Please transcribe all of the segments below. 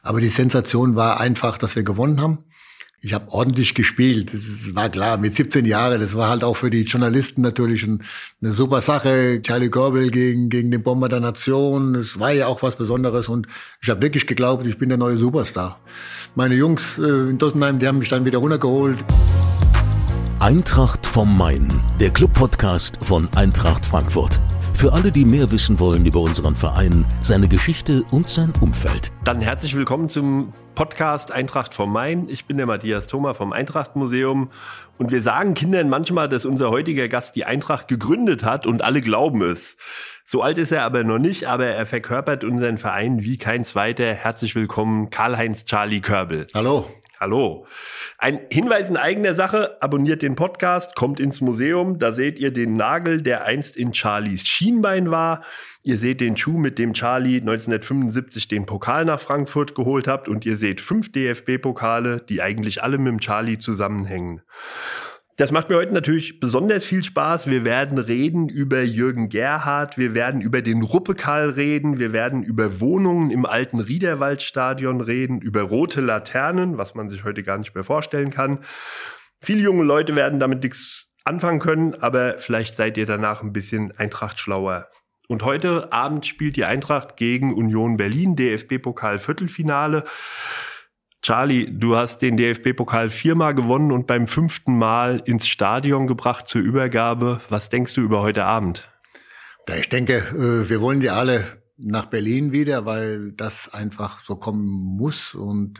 Aber die Sensation war einfach, dass wir gewonnen haben. Ich habe ordentlich gespielt, das war klar, mit 17 Jahren, das war halt auch für die Journalisten natürlich eine super Sache. Charlie Körbel gegen den Bomber der Nation, das war ja auch was Besonderes und ich habe wirklich geglaubt, ich bin der neue Superstar. Meine Jungs in Dossenheim, die haben mich dann wieder runtergeholt. Eintracht vom Main, der Club-Podcast von Eintracht Frankfurt. Für alle, die mehr wissen wollen über unseren Verein, seine Geschichte und sein Umfeld. Dann herzlich willkommen zum Podcast Eintracht vom Main. Ich bin der Matthias Thoma vom Eintracht-Museum und wir sagen Kindern manchmal, dass unser heutiger Gast die Eintracht gegründet hat und alle glauben es. So alt ist er aber noch nicht, aber er verkörpert unseren Verein wie kein zweiter. Herzlich willkommen, Karl-Heinz Charlie Körbel. Hallo. Hallo. Ein Hinweis in eigener Sache, abonniert den Podcast, kommt ins Museum, da seht ihr den Nagel, der einst in Charlies Schienbein war. Ihr seht den Schuh, mit dem Charlie 1975 den Pokal nach Frankfurt geholt habt und ihr seht 5 DFB-Pokale, die eigentlich alle mit dem Charlie zusammenhängen. Das macht mir heute natürlich besonders viel Spaß. Wir werden reden über Jürgen Gerhardt, wir werden über den Ruppekal reden, wir werden über Wohnungen im alten Riederwaldstadion reden, über rote Laternen, was man sich heute gar nicht mehr vorstellen kann. Viele junge Leute werden damit nichts anfangen können, aber vielleicht seid ihr danach ein bisschen Eintracht schlauer. Und heute Abend spielt die Eintracht gegen Union Berlin, DFB-Pokal-Viertelfinale. Charlie, du hast den DFB-Pokal 4-mal gewonnen und beim 5. Mal ins Stadion gebracht zur Übergabe. Was denkst du über heute Abend? Ja, ich denke, wir wollen ja alle nach Berlin wieder, weil das einfach so kommen muss. Und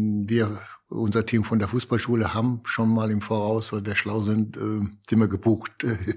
unser Team von der Fußballschule haben schon mal im Voraus, weil wir schlau sind, sind wir gebucht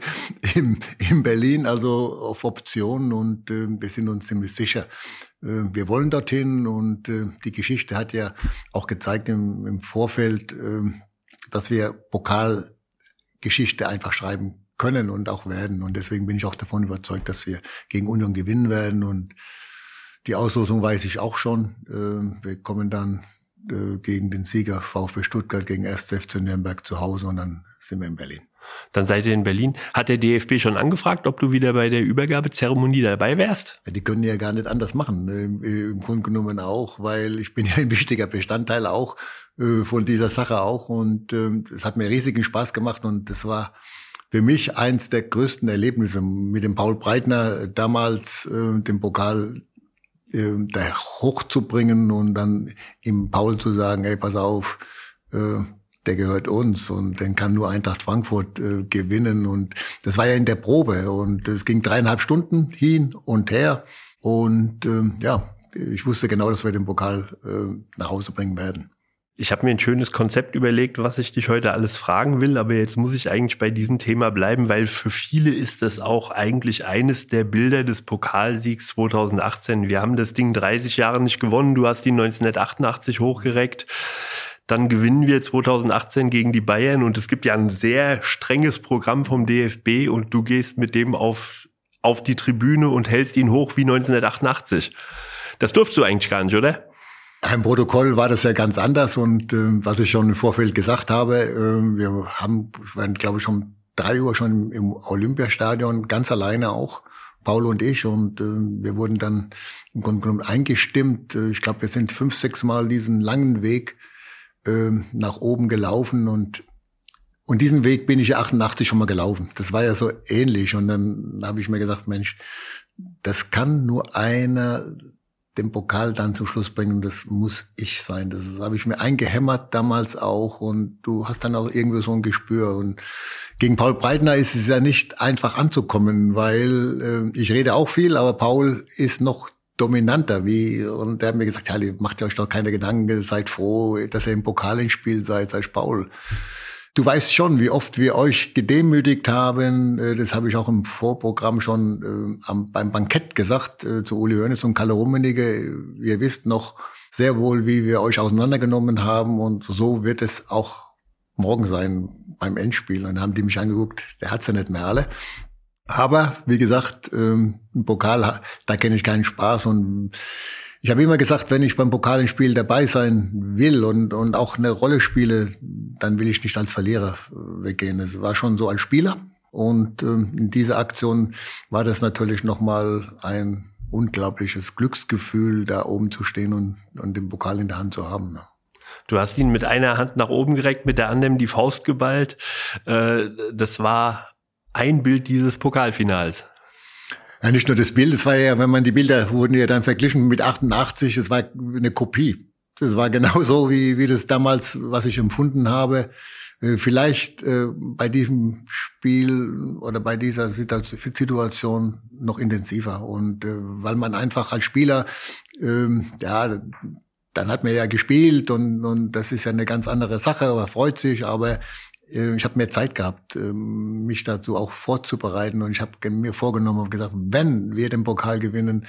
in Berlin, also auf Optionen und wir sind uns ziemlich sicher. Wir wollen dorthin und die Geschichte hat ja auch gezeigt im Vorfeld, dass wir Pokalgeschichte einfach schreiben können und auch werden. Und deswegen bin ich auch davon überzeugt, dass wir gegen Union gewinnen werden. Und die Auslosung weiß ich auch schon. Wir kommen dann gegen den Sieger VfB Stuttgart gegen 1. FC Nürnberg zu Hause und dann sind wir in Berlin. Dann seid ihr in Berlin. Hat der DFB schon angefragt, ob du wieder bei der Übergabezeremonie dabei wärst? Ja, die können ja gar nicht anders machen. Im Grunde genommen auch, weil ich bin ja ein wichtiger Bestandteil auch von dieser Sache auch. Und es hat mir riesigen Spaß gemacht und das war für mich eins der größten Erlebnisse mit dem Paul Breitner damals den Pokal da hochzubringen und dann im Paul zu sagen, hey, pass auf, der gehört uns und den kann nur Eintracht Frankfurt gewinnen. Und das war ja in der Probe und es ging 3,5 Stunden hin und her. Und ich wusste genau, dass wir den Pokal nach Hause bringen werden. Ich habe mir ein schönes Konzept überlegt, was ich dich heute alles fragen will, aber jetzt muss ich eigentlich bei diesem Thema bleiben, weil für viele ist das auch eigentlich eines der Bilder des Pokalsiegs 2018. Wir haben das Ding 30 Jahre nicht gewonnen, du hast ihn 1988 hochgereckt. Dann gewinnen wir 2018 gegen die Bayern und es gibt ja ein sehr strenges Programm vom DFB und du gehst mit dem auf die Tribüne und hältst ihn hoch wie 1988. Das durfst du eigentlich gar nicht, oder? Im Protokoll war das ja ganz anders und was ich schon im Vorfeld gesagt habe, wir waren, glaube ich, um 3 Uhr schon im Olympiastadion, ganz alleine auch, Paul und ich, und wir wurden dann im Grunde genommen eingestimmt. Ich glaube, wir sind 5, 6 Mal diesen langen Weg nach oben gelaufen und diesen Weg bin ich ja 88 schon mal gelaufen. Das war ja so ähnlich und dann habe ich mir gesagt, Mensch, das kann nur einer den Pokal dann zum Schluss bringen, das muss ich sein. Das habe ich mir eingehämmert damals auch und du hast dann auch irgendwie so ein Gespür und gegen Paul Breitner ist es ja nicht einfach anzukommen, weil ich rede auch viel, aber Paul ist noch dominanter und der hat mir gesagt, ja, macht euch doch keine Gedanken, seid froh, dass ihr im Pokal ins Spiel seid Paul. Du weißt schon, wie oft wir euch gedemütigt haben. Das habe ich auch im Vorprogramm schon beim Bankett gesagt zu Uli Hoeneß und Kalle Rummenigge. Ihr wisst noch sehr wohl, wie wir euch auseinandergenommen haben und so wird es auch morgen sein beim Endspiel. Und dann haben die mich angeguckt, der hat's ja nicht mehr alle. Aber wie gesagt, im Pokal, da kenne ich keinen Spaß und ich habe immer gesagt, wenn ich beim Pokalspiel dabei sein will und auch eine Rolle spiele, dann will ich nicht als Verlierer weggehen. Es war schon so als Spieler und in dieser Aktion war das natürlich nochmal ein unglaubliches Glücksgefühl, da oben zu stehen und den Pokal in der Hand zu haben. Du hast ihn mit einer Hand nach oben gereckt, mit der anderen die Faust geballt. Das war ein Bild dieses Pokalfinals. Ja, nicht nur das Bild, es war ja, wenn man die Bilder wurden ja dann verglichen mit 88, es war eine Kopie. Das war genauso wie das damals, was ich empfunden habe. Vielleicht bei diesem Spiel oder bei dieser Situation noch intensiver. Und weil man einfach als Spieler, dann hat man ja gespielt und das ist ja eine ganz andere Sache, aber freut sich, aber ich habe mehr Zeit gehabt, mich dazu auch vorzubereiten und ich habe mir vorgenommen und gesagt, wenn wir den Pokal gewinnen,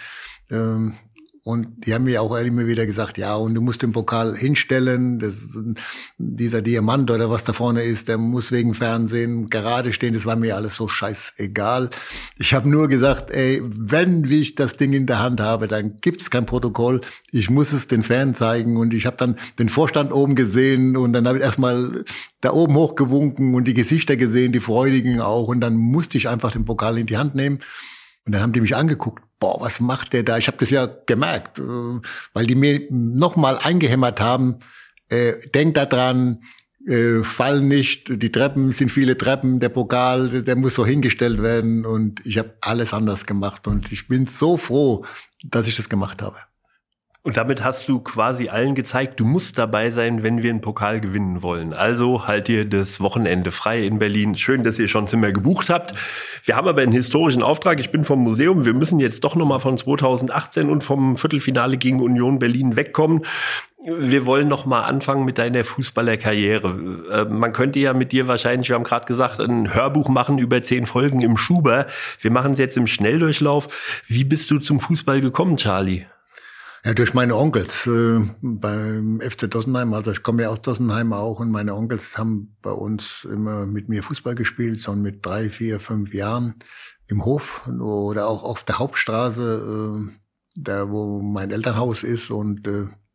und die haben mir auch immer wieder gesagt, ja, und du musst den Pokal hinstellen, dieser Diamant oder was da vorne ist, der muss wegen Fernsehen gerade stehen, das war mir alles so scheißegal. Ich habe nur gesagt, ey, wenn ich das Ding in der Hand habe, dann gibt's kein Protokoll, ich muss es den Fans zeigen und ich habe dann den Vorstand oben gesehen und dann habe ich erstmal da oben hochgewunken und die Gesichter gesehen, die Freudigen auch und dann musste ich einfach den Pokal in die Hand nehmen. Und dann haben die mich angeguckt, boah, was macht der da? Ich habe das ja gemerkt, weil die mir nochmal eingehämmert haben, denk da dran, fall nicht, die Treppen sind viele Treppen, der Pokal, der muss so hingestellt werden und ich habe alles anders gemacht und ich bin so froh, dass ich das gemacht habe. Und damit hast du quasi allen gezeigt, du musst dabei sein, wenn wir einen Pokal gewinnen wollen. Also halt ihr das Wochenende frei in Berlin. Schön, dass ihr schon Zimmer gebucht habt. Wir haben aber einen historischen Auftrag. Ich bin vom Museum. Wir müssen jetzt doch nochmal von 2018 und vom Viertelfinale gegen Union Berlin wegkommen. Wir wollen noch mal anfangen mit deiner Fußballerkarriere. Man könnte ja mit dir wahrscheinlich, wir haben gerade gesagt, ein Hörbuch machen über 10 Folgen im Schuber. Wir machen es jetzt im Schnelldurchlauf. Wie bist du zum Fußball gekommen, Charlie? Ja, durch meine Onkels beim FC Dossenheim. Also ich komme ja aus Dossenheim auch und meine Onkels haben bei uns immer mit mir Fußball gespielt, schon mit 3, 4, 5 Jahren im Hof oder auch auf der Hauptstraße, da wo mein Elternhaus ist und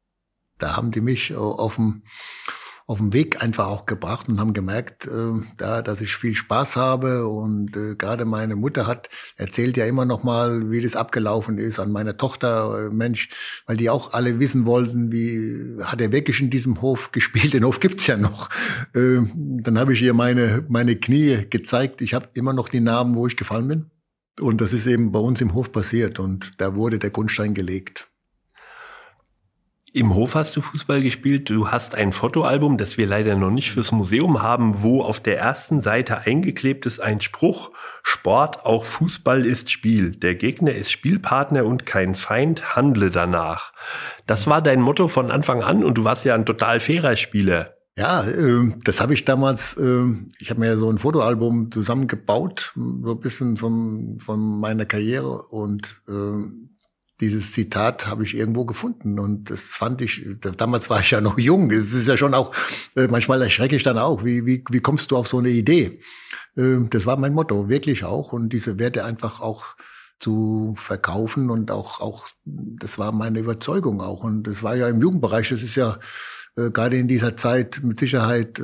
da haben die mich auf dem Weg einfach auch gebracht und haben gemerkt, dass ich viel Spaß habe und gerade meine Mutter erzählt ja immer noch mal, wie das abgelaufen ist an meiner Tochter, Mensch, weil die auch alle wissen wollten, wie hat er wirklich in diesem Hof gespielt, den Hof gibt's ja noch. Dann habe ich ihr meine Knie gezeigt, ich habe immer noch die Narben, wo ich gefallen bin und das ist eben bei uns im Hof passiert und da wurde der Grundstein gelegt. Im Hof hast du Fußball gespielt. Du hast ein Fotoalbum, das wir leider noch nicht fürs Museum haben, wo auf der ersten Seite eingeklebt ist ein Spruch: Sport, auch Fußball ist Spiel. Der Gegner ist Spielpartner und kein Feind, handle danach. Das war dein Motto von Anfang an und du warst ja ein total fairer Spieler. Ja, das habe ich damals, ich habe mir so ein Fotoalbum zusammengebaut, so ein bisschen von meiner Karriere und dieses Zitat habe ich irgendwo gefunden und das fand ich, damals war ich ja noch jung, das ist ja schon auch, manchmal erschrecke ich dann auch, wie kommst du auf so eine Idee? Das war mein Motto, wirklich auch und diese Werte einfach auch zu verkaufen und auch, das war meine Überzeugung auch und das war ja im Jugendbereich, das ist ja gerade in dieser Zeit mit Sicherheit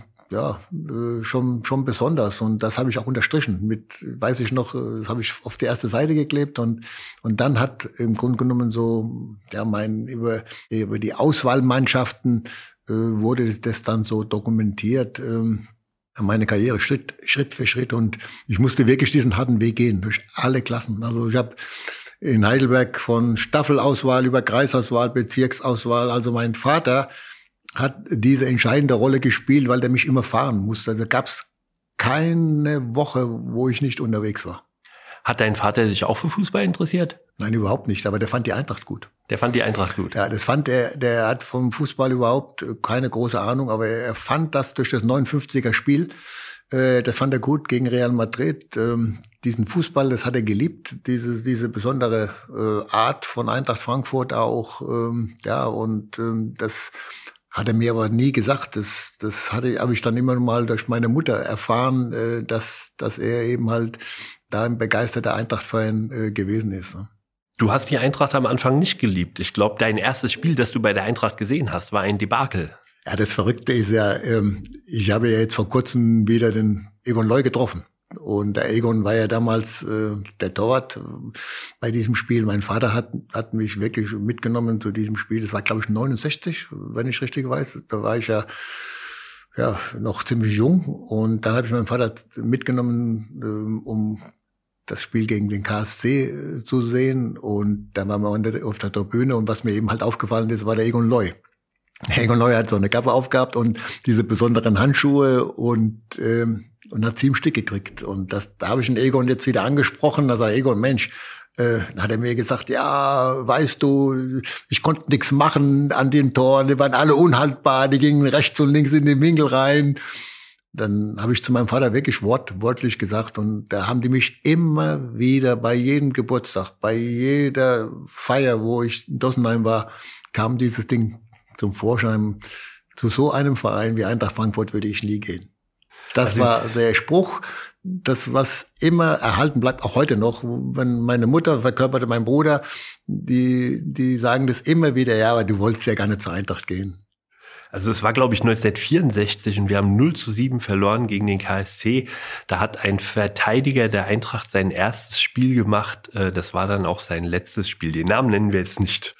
schon besonders und das habe ich auch unterstrichen mit, weiß ich noch, das habe ich auf die erste Seite geklebt und dann hat im Grunde genommen so über die Auswahlmannschaften wurde das dann so dokumentiert, meine Karriere Schritt für Schritt und ich musste wirklich diesen harten Weg gehen durch alle Klassen. Also ich habe in Heidelberg von Staffelauswahl über Kreisauswahl, Bezirksauswahl, also mein Vater hat diese entscheidende Rolle gespielt, weil der mich immer fahren musste. Also gab es keine Woche, wo ich nicht unterwegs war. Hat dein Vater sich auch für Fußball interessiert? Nein, überhaupt nicht, aber der fand die Eintracht gut. Der fand die Eintracht gut? Ja, das fand der hat vom Fußball überhaupt keine große Ahnung, aber er fand das durch das 59er Spiel, das fand er gut gegen Real Madrid. Diesen Fußball, das hat er geliebt, diese besondere Art von Eintracht Frankfurt auch, das hat er mir aber nie gesagt. Das habe ich dann immer mal durch meine Mutter erfahren, dass er eben halt da ein begeisterter Eintracht-Fan gewesen ist. Ne? Du hast die Eintracht am Anfang nicht geliebt. Ich glaube, dein erstes Spiel, das du bei der Eintracht gesehen hast, war ein Debakel. Ja, das Verrückte ist ja, ich habe ja jetzt vor kurzem wieder den Egon Leu getroffen. Und der Egon war ja damals der Torwart bei diesem Spiel. Mein Vater hat mich wirklich mitgenommen zu diesem Spiel. Das war, glaube ich, 69, wenn ich richtig weiß. Da war ich ja noch ziemlich jung. Und dann habe ich meinen Vater mitgenommen, um das Spiel gegen den KSC zu sehen. Und dann waren wir auf der Tribüne. Und was mir eben halt aufgefallen ist, war der Egon Loy. Egon Loy hat so eine Kappe aufgehabt und diese besonderen Handschuhe und hat 7 Stück gekriegt. Und da habe ich den Egon jetzt wieder angesprochen. Da sagt Egon, Mensch, dann hat er mir gesagt, ja, weißt du, ich konnte nichts machen an den Toren, die waren alle unhaltbar, die gingen rechts und links in den Winkel rein. Dann habe ich zu meinem Vater wirklich wortwörtlich gesagt, und da haben die mich immer wieder bei jedem Geburtstag, bei jeder Feier, wo ich in Dossenheim war, kam dieses Ding zum Vorschein. Zu so einem Verein wie Eintracht Frankfurt würde ich nie gehen. Das war der Spruch, das was immer erhalten bleibt, auch heute noch. Wenn meine Mutter verkörperte, mein Bruder, die sagen das immer wieder, ja, aber du wolltest ja gar nicht zur Eintracht gehen. Also es war, glaube ich, 1964 und wir haben 0:7 verloren gegen den KSC. Da hat ein Verteidiger der Eintracht sein erstes Spiel gemacht. Das war dann auch sein letztes Spiel. Den Namen nennen wir jetzt nicht.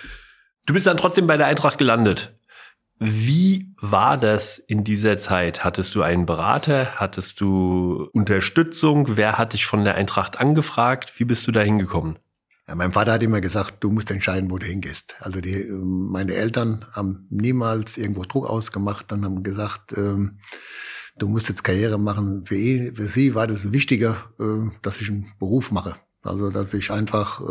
Du bist dann trotzdem bei der Eintracht gelandet. Wie war das in dieser Zeit? Hattest du einen Berater? Hattest du Unterstützung? Wer hat dich von der Eintracht angefragt? Wie bist du da hingekommen? Ja, mein Vater hat immer gesagt, du musst entscheiden, wo du hingehst. Also meine Eltern haben niemals irgendwo Druck ausgemacht, dann haben gesagt, du musst jetzt Karriere machen. Für sie war das wichtiger, dass ich einen Beruf mache. Also dass ich einfach,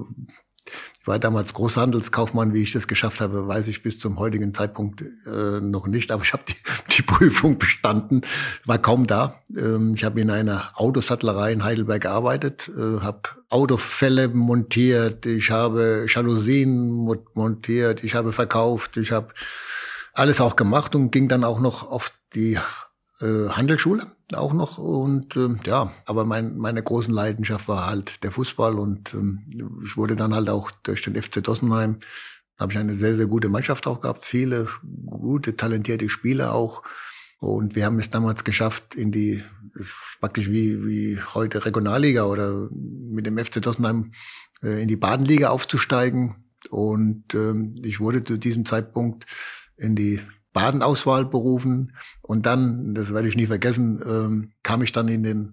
ich war damals Großhandelskaufmann, wie ich das geschafft habe, weiß ich bis zum heutigen Zeitpunkt noch nicht. Aber ich habe die Prüfung bestanden, war kaum da. Ich habe in einer Autosattlerei in Heidelberg gearbeitet, habe Autofälle montiert, ich habe Jalousien montiert, ich habe verkauft, ich habe alles auch gemacht und ging dann auch noch auf die Handelsschule auch noch. Und aber meine großen Leidenschaft war halt der Fußball, und ich wurde dann halt auch durch den FC Dossenheim, habe ich eine sehr, sehr gute Mannschaft auch gehabt, viele gute, talentierte Spieler auch. Und wir haben es damals geschafft, praktisch wie heute Regionalliga oder mit dem FC Dossenheim in die Badenliga aufzusteigen. Und ich wurde zu diesem Zeitpunkt in die Badenauswahl berufen. Und dann, das werde ich nie vergessen, kam ich dann in den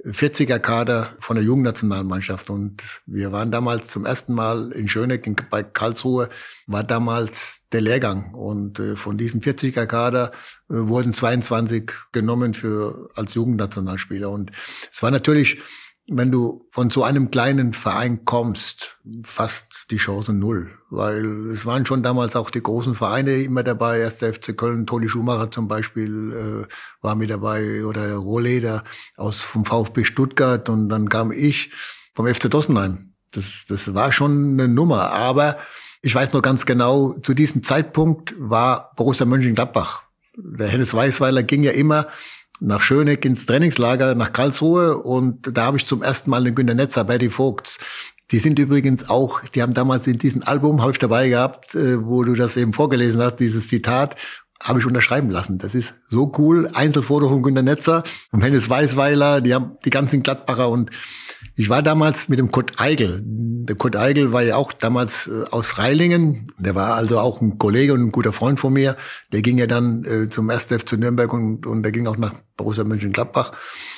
40er-Kader von der Jugendnationalmannschaft. Und wir waren damals zum ersten Mal in Schöneck, bei Karlsruhe, war damals der Lehrgang. Und von diesem 40er-Kader wurden 22 genommen als Jugendnationalspieler. Und es war natürlich, wenn du von so einem kleinen Verein kommst, fast die Chance 0. Weil es waren schon damals auch die großen Vereine immer dabei. Erst der FC Köln, Toni Schumacher zum Beispiel war mit dabei, oder der Rohleder vom VfB Stuttgart. Und dann kam ich vom FC Dossenheim. Das war schon eine Nummer. Aber ich weiß noch ganz genau, zu diesem Zeitpunkt war Borussia Mönchengladbach. Der Hennes Weisweiler ging ja immer nach Schöneck ins Trainingslager, nach Karlsruhe, und da habe ich zum ersten Mal den Günter Netzer, Berti Vogts. Die sind übrigens auch, die haben damals in diesem Album, habe ich dabei gehabt, wo du das eben vorgelesen hast, dieses Zitat, habe ich unterschreiben lassen. Das ist so cool. Einzelfoto von Günter Netzer, vom Hennes Weisweiler, die haben die ganzen Gladbacher. Und ich war damals mit dem Kurt Eigel. Der Kurt Eigel war ja auch damals aus Freilingen. Der war also auch ein Kollege und ein guter Freund von mir. Der ging ja dann zum 1. FC Nürnberg und der ging auch nach Borussia Mönchengladbach.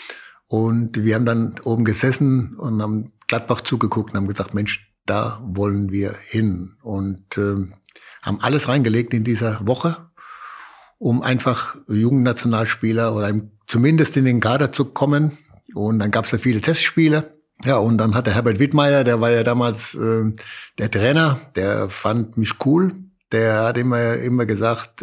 Und wir haben dann oben gesessen und haben Gladbach zugeguckt und haben gesagt, Mensch, da wollen wir hin. Und haben alles reingelegt in dieser Woche, um einfach Jugendnationalspieler oder zumindest in den Kader zu kommen. Und dann gab es ja viele Testspiele. Ja, und dann hat der Herbert Wittmeier, der war ja damals der Trainer, der fand mich cool. Der hat immer gesagt,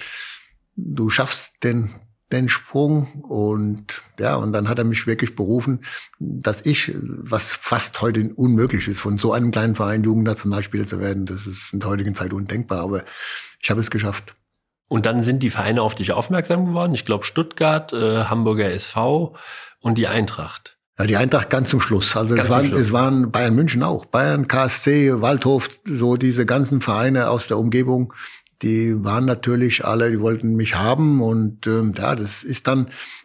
du schaffst den Sprung. Und ja, und dann hat er mich wirklich berufen, dass was fast heute unmöglich ist, von so einem kleinen Verein Jugendnationalspieler zu werden. Das ist in der heutigen Zeit undenkbar, aber ich habe es geschafft. Und dann sind die Vereine auf dich aufmerksam geworden. Ich glaube Stuttgart, Hamburger SV und die Eintracht. Ja, die Eintracht ganz zum Schluss. Also es waren Bayern München auch. Bayern, KSC, Waldhof, so diese ganzen Vereine aus der Umgebung, die waren natürlich alle, die wollten mich haben. Und das ist dann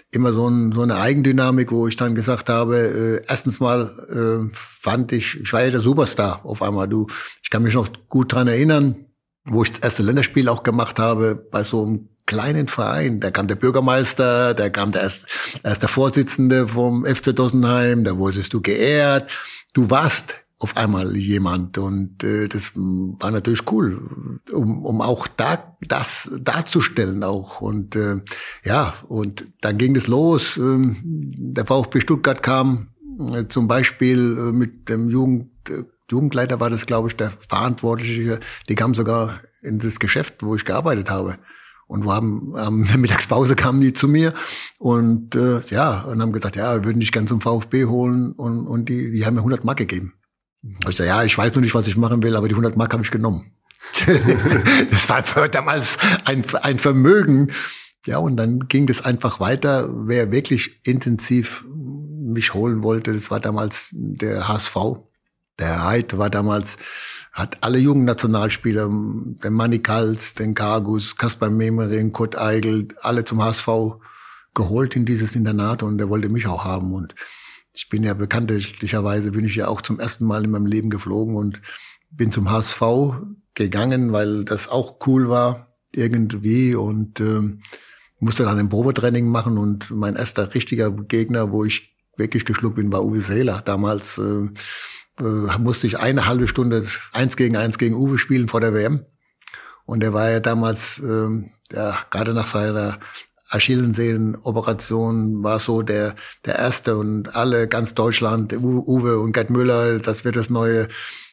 immer so eine Eigendynamik, wo ich dann gesagt habe, erstens mal fand ich war ja der Superstar auf einmal. Ich kann mich noch gut dran erinnern, wo ich das erste Länderspiel auch gemacht habe, bei so einem kleinen Verein. Da kam der Bürgermeister, da kam erst der Vorsitzende vom FC Dossenheim, da wurdest du geehrt. Du warst auf einmal jemand und das war natürlich cool, um auch das darzustellen auch und und dann ging es los. Der VfB Stuttgart kam zum Beispiel mit dem Jugendleiter war das, glaube ich, der Verantwortliche. Die kamen sogar in das Geschäft, wo ich gearbeitet habe. Und wir haben in der Mittagspause kamen die zu mir und und haben gesagt, ja, wir würden dich gern zum VfB holen und die haben mir 100 Mark gegeben. Ich sage, ja, ich weiß noch nicht, was ich machen will, aber die 100 Mark habe ich genommen. Das war für damals ein Vermögen. Ja, und dann ging das einfach weiter. Wer wirklich intensiv mich holen wollte, das war damals der HSV. Der Heid war damals, hat alle jungen Nationalspieler, den Manni Kals, den Kargus, Kaspar Memering, Kurt Eigel, alle zum HSV geholt in dieses Internat und der wollte mich auch haben. Und ich bin ja bekanntlicherweise, bin ich ja auch zum ersten Mal in meinem Leben geflogen und bin zum HSV gegangen, weil das auch cool war irgendwie und musste dann ein Probetraining machen und mein erster richtiger Gegner, wo ich wirklich geschluckt bin, war Uwe Seeler. Damals musste ich eine halbe Stunde 1 gegen Uwe spielen vor der WM und er war ja damals gerade nach seiner Achillessehnen-Operation war so der erste und alle, ganz Deutschland, Uwe und Gerd Müller, das wird das neue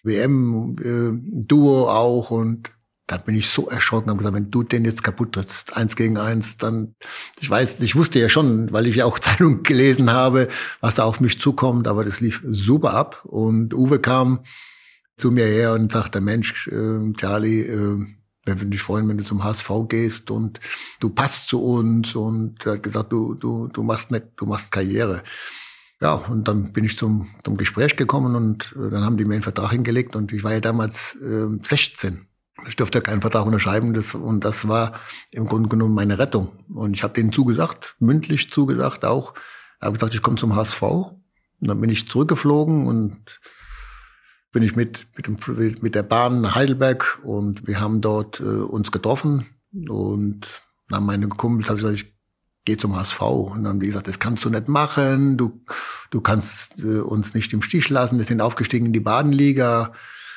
WM-Duo auch und da bin ich so erschrocken und habe gesagt, wenn du den jetzt kaputt trittst, 1 gegen 1, dann, ich wusste ja schon, weil ich ja auch Zeitung gelesen habe, was da auf mich zukommt, aber das lief super ab und Uwe kam zu mir her und sagte, Mensch, Charlie, wir würden dich freuen, wenn du zum HSV gehst und du passt zu uns und er hat gesagt, du machst Karriere. Ja, und dann bin ich zum Gespräch gekommen und dann haben die mir einen Vertrag hingelegt und ich war ja damals 16. Ich durfte keinen Vertrag unterschreiben und das war im Grunde genommen meine Rettung. Und ich habe denen zugesagt, mündlich zugesagt auch. Ich habe gesagt, ich komme zum HSV. Und dann bin ich zurückgeflogen und bin ich mit der Bahn nach Heidelberg und wir haben dort uns getroffen und dann meine Kumpels habe ich gesagt, ich gehe zum HSV und dann haben die gesagt, das kannst du nicht machen, du kannst uns nicht im Stich lassen, wir sind aufgestiegen in die Badenliga.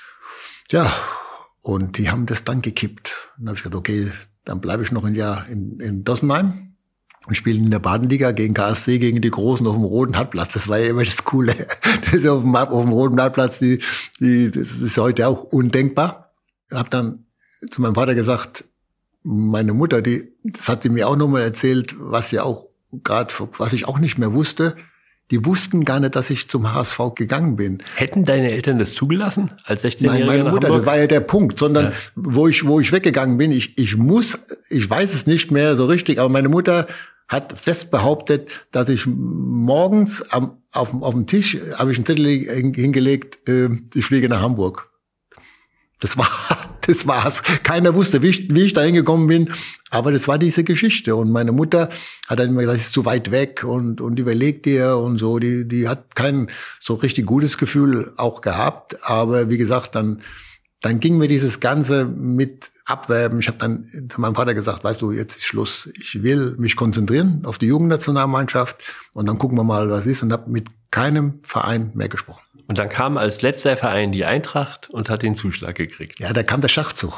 Ja, und die haben das dann gekippt. Und dann habe ich gesagt, okay, dann bleibe ich noch ein Jahr in Dossenheim. Und spielen in der Badenliga gegen KSC, gegen die Großen auf dem Roten Hartplatz. Das war ja immer das Coole. Das ist auf dem Roten Hartplatz, das ist heute auch undenkbar. Ich habe dann zu meinem Vater gesagt, meine Mutter, das hat die mir auch nochmal erzählt, was ich auch nicht mehr wusste. Die wussten gar nicht, dass ich zum HSV gegangen bin. Hätten deine Eltern das zugelassen als 16-Jähriger? Nein, meine Mutter, das war ja der Punkt, sondern wo ich weggegangen bin, ich weiß es nicht mehr so richtig, aber meine Mutter hat fest behauptet, dass ich morgens auf dem Tisch habe ich einen Zettel hingelegt, ich fliege nach Hamburg. Das war's. Keiner wusste, wie ich da hingekommen bin, aber das war diese Geschichte. Und meine Mutter hat dann immer gesagt, es ist zu weit weg und überlegt dir und so. Die hat kein so richtig gutes Gefühl auch gehabt. Aber wie gesagt, dann ging mir dieses Ganze mit Abwerben. Ich habe dann zu meinem Vater gesagt, weißt du, jetzt ist Schluss. Ich will mich konzentrieren auf die Jugendnationalmannschaft und dann gucken wir mal, was ist. Und habe mit keinem Verein mehr gesprochen. Und dann kam als letzter Verein die Eintracht und hat den Zuschlag gekriegt. Ja, da kam der Schachzug.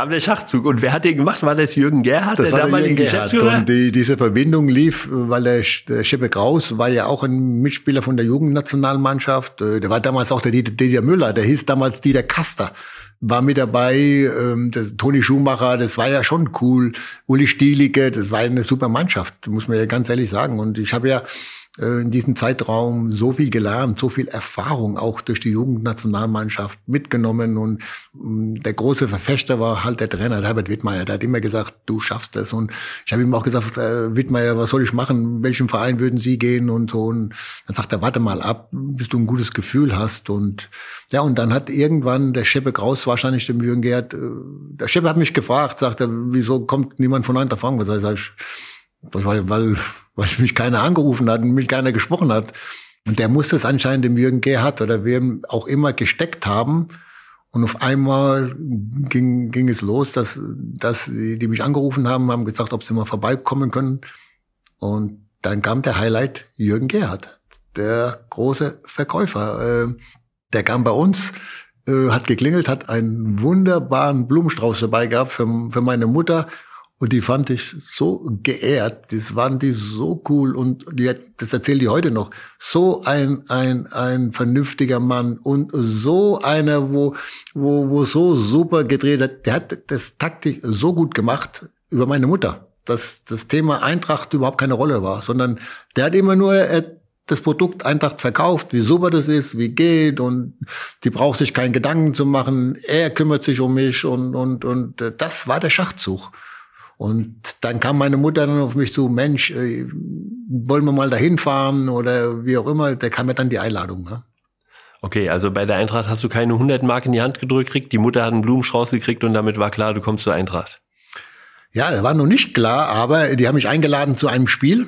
Und wer hat den gemacht? War das Jürgen Gerhardt, der damalige Geschäftsführer? Und diese Verbindung lief, weil der Scheppe Kraus war ja auch ein Mitspieler von der Jugendnationalmannschaft. Der war damals auch der Dieter Müller, der hieß damals Dieter Kaster. War mit dabei, Toni Schumacher, das war ja schon cool. Uli Stielicke, das war eine super Mannschaft, muss man ja ganz ehrlich sagen. Und ich habe ja in diesem Zeitraum so viel gelernt, so viel Erfahrung auch durch die Jugendnationalmannschaft mitgenommen und der große Verfechter war halt der Trainer, der Herbert Wittmeier, der hat immer gesagt, du schaffst das und ich habe ihm auch gesagt, Wittmeier, was soll ich machen, in welchem Verein würden Sie gehen und so und dann sagt er, warte mal ab, bis du ein gutes Gefühl hast und ja und dann hat irgendwann der Scheppe Kraus wahrscheinlich dem Jürgen Gerhardt, der Scheppe hat mich gefragt, sagt er, wieso kommt niemand von Eintracht Frankfurt, sag ich, weil mich keiner angerufen hat und mich keiner gesprochen hat. Und der muss das anscheinend dem Jürgen Gerhardt oder wem auch immer gesteckt haben. Und auf einmal ging es los, dass die mich angerufen haben gesagt, ob sie mal vorbeikommen können. Und dann kam der Highlight Jürgen Gerhardt, der große Verkäufer. Der kam bei uns, hat geklingelt, hat einen wunderbaren Blumenstrauß dabei gehabt für meine Mutter. Und die fand ich so geehrt. Das waren die so cool. Und das erzählt die heute noch. So ein vernünftiger Mann und so einer, wo so super gedreht hat. Der hat das taktisch so gut gemacht über meine Mutter, dass das Thema Eintracht überhaupt keine Rolle war, sondern der hat immer nur das Produkt Eintracht verkauft, wie super das ist, wie geht, und die braucht sich keinen Gedanken zu machen. Er kümmert sich um mich und das war der Schachzug. Und dann kam meine Mutter dann auf mich zu, Mensch, wollen wir mal dahin fahren oder wie auch immer. Da kam ja dann die Einladung. Ne? Okay, also bei der Eintracht hast du keine 100 Mark in die Hand gedrückt gekriegt, die Mutter hat einen Blumenstrauß gekriegt und damit war klar, du kommst zur Eintracht. Ja, das war noch nicht klar, aber die haben mich eingeladen zu einem Spiel,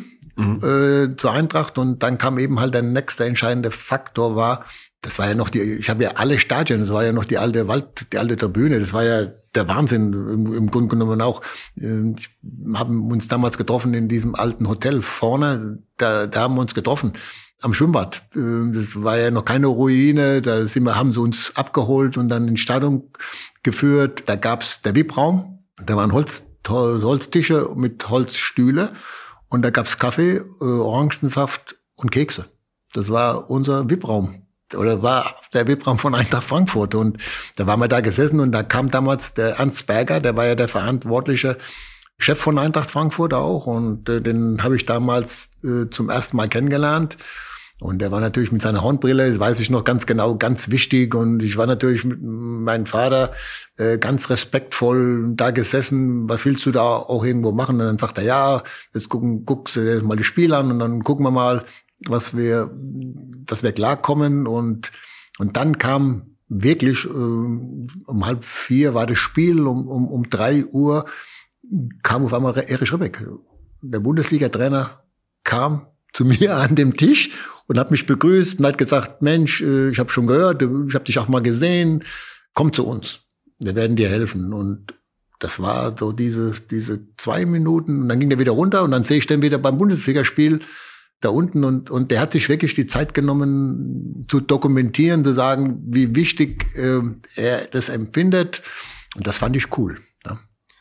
zur Eintracht, und dann kam eben halt der nächste entscheidende Faktor war, das war ja noch ich habe ja alle Stadien, das war ja noch die alte Tribüne, das war ja der Wahnsinn im Grunde genommen auch. Wir haben uns damals getroffen in diesem alten Hotel vorne, da haben wir uns getroffen am Schwimmbad. Das war ja noch keine Ruine, haben sie uns abgeholt und dann ins Stadion geführt. Da gab's der VIP-Raum, da waren Holztische mit Holzstühle und da gab's Kaffee, Orangensaft und Kekse. Das war unser VIP-Raum. Oder war der VIP-Raum von Eintracht Frankfurt. Und da waren wir da gesessen und da kam damals der Ernst Berger, der war ja der verantwortliche Chef von Eintracht Frankfurt auch. Und den habe ich damals zum ersten Mal kennengelernt. Und der war natürlich mit seiner Hornbrille, das weiß ich noch ganz genau, ganz wichtig. Und ich war natürlich mit meinem Vater ganz respektvoll da gesessen. Was willst du da auch irgendwo machen? Und dann sagt er, ja, jetzt guckst du dir mal das Spiel an und dann gucken wir mal, dass wir klarkommen. Und dann kam wirklich, um 3:30 war das Spiel, um 3 Uhr kam auf einmal Erich Ribbeck. Der Bundesliga-Trainer kam zu mir an dem Tisch und hat mich begrüßt und hat gesagt, Mensch, ich habe schon gehört, ich habe dich auch mal gesehen, komm zu uns, wir werden dir helfen. Und das war so diese 2 Minuten und dann ging der wieder runter und dann sehe ich den wieder beim Bundesligaspiel da unten und der hat sich wirklich die Zeit genommen zu dokumentieren, zu sagen, wie wichtig er das empfindet, und das fand ich cool. Ja.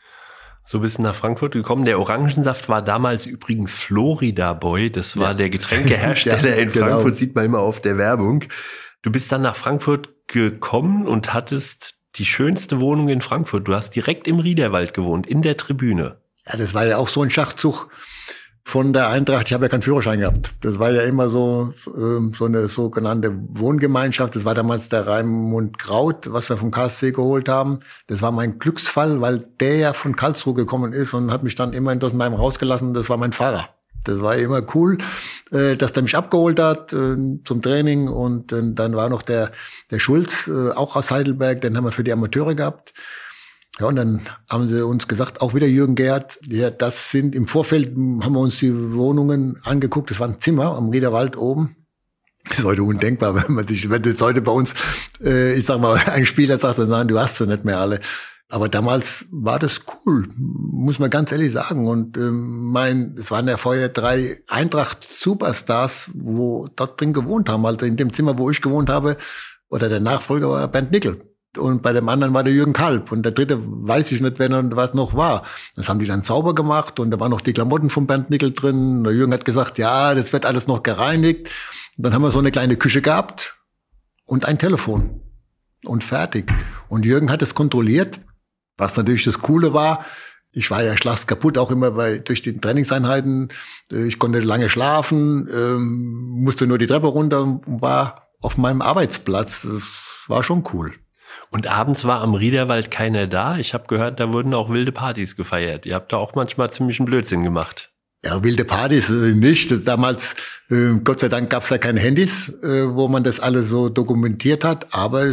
So bist du nach Frankfurt gekommen. Der Orangensaft war damals übrigens Florida Boy, das war der Getränkehersteller in Frankfurt, genau. Sieht man immer auf der Werbung. Du bist dann nach Frankfurt gekommen und hattest die schönste Wohnung in Frankfurt. Du hast direkt im Riederwald gewohnt, in der Tribüne. Ja, das war ja auch so ein Schachzug von der Eintracht. Ich habe ja keinen Führerschein gehabt. Das war ja immer so eine sogenannte Wohngemeinschaft. Das war damals der Raimund Kraut, was wir vom KSC geholt haben. Das war mein Glücksfall, weil der ja von Karlsruhe gekommen ist und hat mich dann immer in Dossenheim rausgelassen. Das war mein Fahrer. Das war immer cool, dass der mich abgeholt hat zum Training. Und dann war noch der Schulz, auch aus Heidelberg, den haben wir für die Amateure gehabt. Ja, und dann haben sie uns gesagt, auch wieder Jürgen Gerhardt, ja, im Vorfeld haben wir uns die Wohnungen angeguckt, das war ein Zimmer am Riederwald oben. Das ist heute undenkbar, wenn das heute bei uns, ich sag mal, ein Spieler sagt, dann sagen, du hast sie nicht mehr alle. Aber damals war das cool, muss man ganz ehrlich sagen. Und es waren ja vorher 3 Eintracht-Superstars, wo dort drin gewohnt haben. Also in dem Zimmer, wo ich gewohnt habe, oder der Nachfolger war Bernd Nickel. Und bei dem anderen war der Jürgen Kalb. Und der dritte weiß ich nicht, was noch war. Das haben die dann sauber gemacht und da waren noch die Klamotten von Bernd Nickel drin. Der Jürgen hat gesagt, ja, das wird alles noch gereinigt. Und dann haben wir so eine kleine Küche gehabt und ein Telefon. Und fertig. Und Jürgen hat es kontrolliert, was natürlich das Coole war. Ich war ja schlafskaputt, auch immer durch die Trainingseinheiten. Ich konnte lange schlafen, musste nur die Treppe runter und war auf meinem Arbeitsplatz. Das war schon cool. Und abends war am Riederwald keiner da. Ich habe gehört, da wurden auch wilde Partys gefeiert. Ihr habt da auch manchmal ziemlich einen Blödsinn gemacht. Ja, wilde Partys nicht. Damals, Gott sei Dank, gab's ja keine Handys, wo man das alles so dokumentiert hat. Aber es war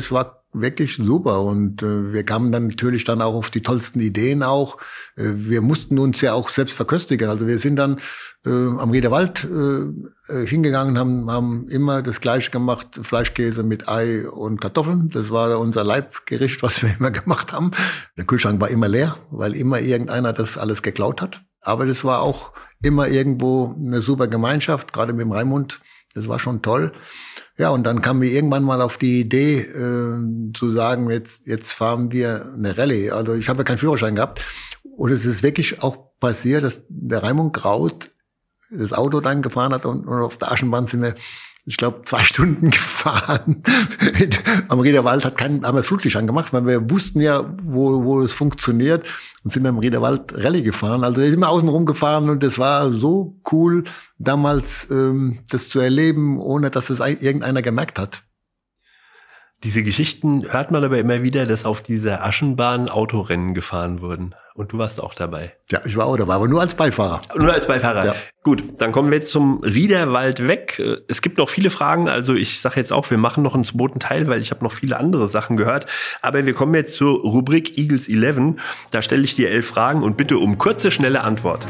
wirklich super und wir kamen dann natürlich dann auch auf die tollsten Ideen auch. Wir mussten uns ja auch selbst verköstigen. Also wir sind dann am Riederwald hingegangen, haben immer das Gleiche gemacht, Fleischkäse mit Ei und Kartoffeln. Das war unser Leibgericht, was wir immer gemacht haben. Der Kühlschrank war immer leer, weil immer irgendeiner das alles geklaut hat. Aber das war auch immer irgendwo eine super Gemeinschaft, gerade mit dem Raimund. Das war schon toll. Ja, und dann kam mir irgendwann mal auf die Idee, zu sagen, jetzt fahren wir eine Rallye. Also ich habe ja keinen Führerschein gehabt. Und es ist wirklich auch passiert, dass der Raimund Kraut das Auto dann gefahren hat und auf der Aschenbahn sind wir, ich glaube, 2 Stunden gefahren. Am Riederwald haben wir das Flutlicht angemacht, weil wir wussten ja, wo es funktioniert und sind am Riederwald Rallye gefahren. Also sind wir außen rum gefahren und das war so cool, damals das zu erleben, ohne dass es irgendeiner gemerkt hat. Diese Geschichten hört man aber immer wieder, dass auf dieser Aschenbahn Autorennen gefahren wurden. Und du warst auch dabei. Ja, ich war auch dabei, aber nur als Beifahrer. Nur als Beifahrer. Ja. Gut, dann kommen wir jetzt zum Riederwald weg. Es gibt noch viele Fragen, also ich sage jetzt auch, wir machen noch einen zweiten Teil, weil ich habe noch viele andere Sachen gehört. Aber wir kommen jetzt zur Rubrik Eagles 11. Da stelle ich dir 11 Fragen und bitte um kurze, schnelle Antwort.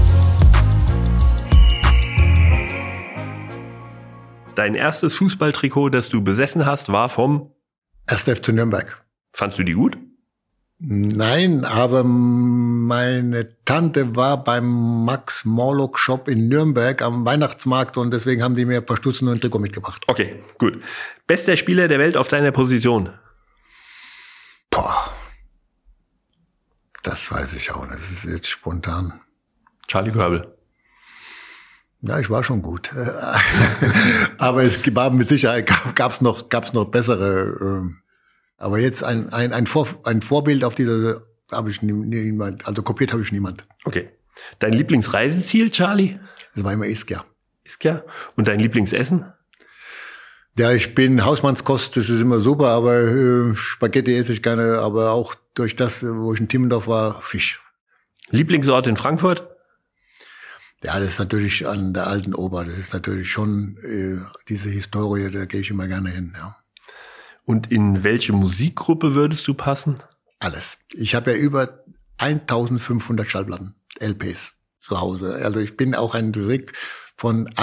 Dein erstes Fußballtrikot, das du besessen hast, war vom 1. FC Nürnberg. Fandst du die gut? Nein, aber meine Tante war beim Max Morlock Shop in Nürnberg am Weihnachtsmarkt und deswegen haben die mir ein paar Stutzen und ein Trikot mitgebracht. Okay, gut. Bester Spieler der Welt auf deiner Position? Boah, das weiß ich auch nicht. Das ist jetzt spontan. Charlie Körbel. Ja, ich war schon gut. Aber es war mit Sicherheit, gab's noch bessere. Aber jetzt ein Vorbild auf dieser habe ich niemand, also kopiert habe ich niemand. Okay. Dein Lieblingsreiseziel, Charlie? Das war immer Ischia. Ischia. Und dein Lieblingsessen? Ja, ich bin Hausmannskost, das ist immer super, aber Spaghetti esse ich gerne, aber auch durch das, wo ich in Timmendorf war, Fisch. Lieblingsort in Frankfurt? Ja, das ist natürlich an der Alten Oper, das ist natürlich schon diese Historie, da gehe ich immer gerne hin, ja. Und in welche Musikgruppe würdest du passen? Alles. Ich habe ja über 1500 Schallplatten, LPs zu Hause. Also ich bin auch ein Lyrik ich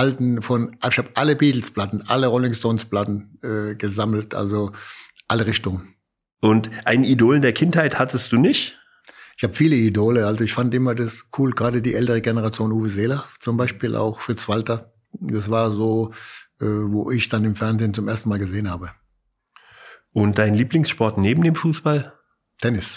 habe alle Beatles-Platten, alle Rolling Stones-Platten gesammelt, also alle Richtungen. Und ein Idol in der Kindheit hattest du nicht? Ich habe viele Idole, also ich fand immer das cool, gerade die ältere Generation, Uwe Seeler zum Beispiel, auch Fritz Walter. Das war so, wo ich dann im Fernsehen zum ersten Mal gesehen habe. Und dein Lieblingssport neben dem Fußball? Tennis.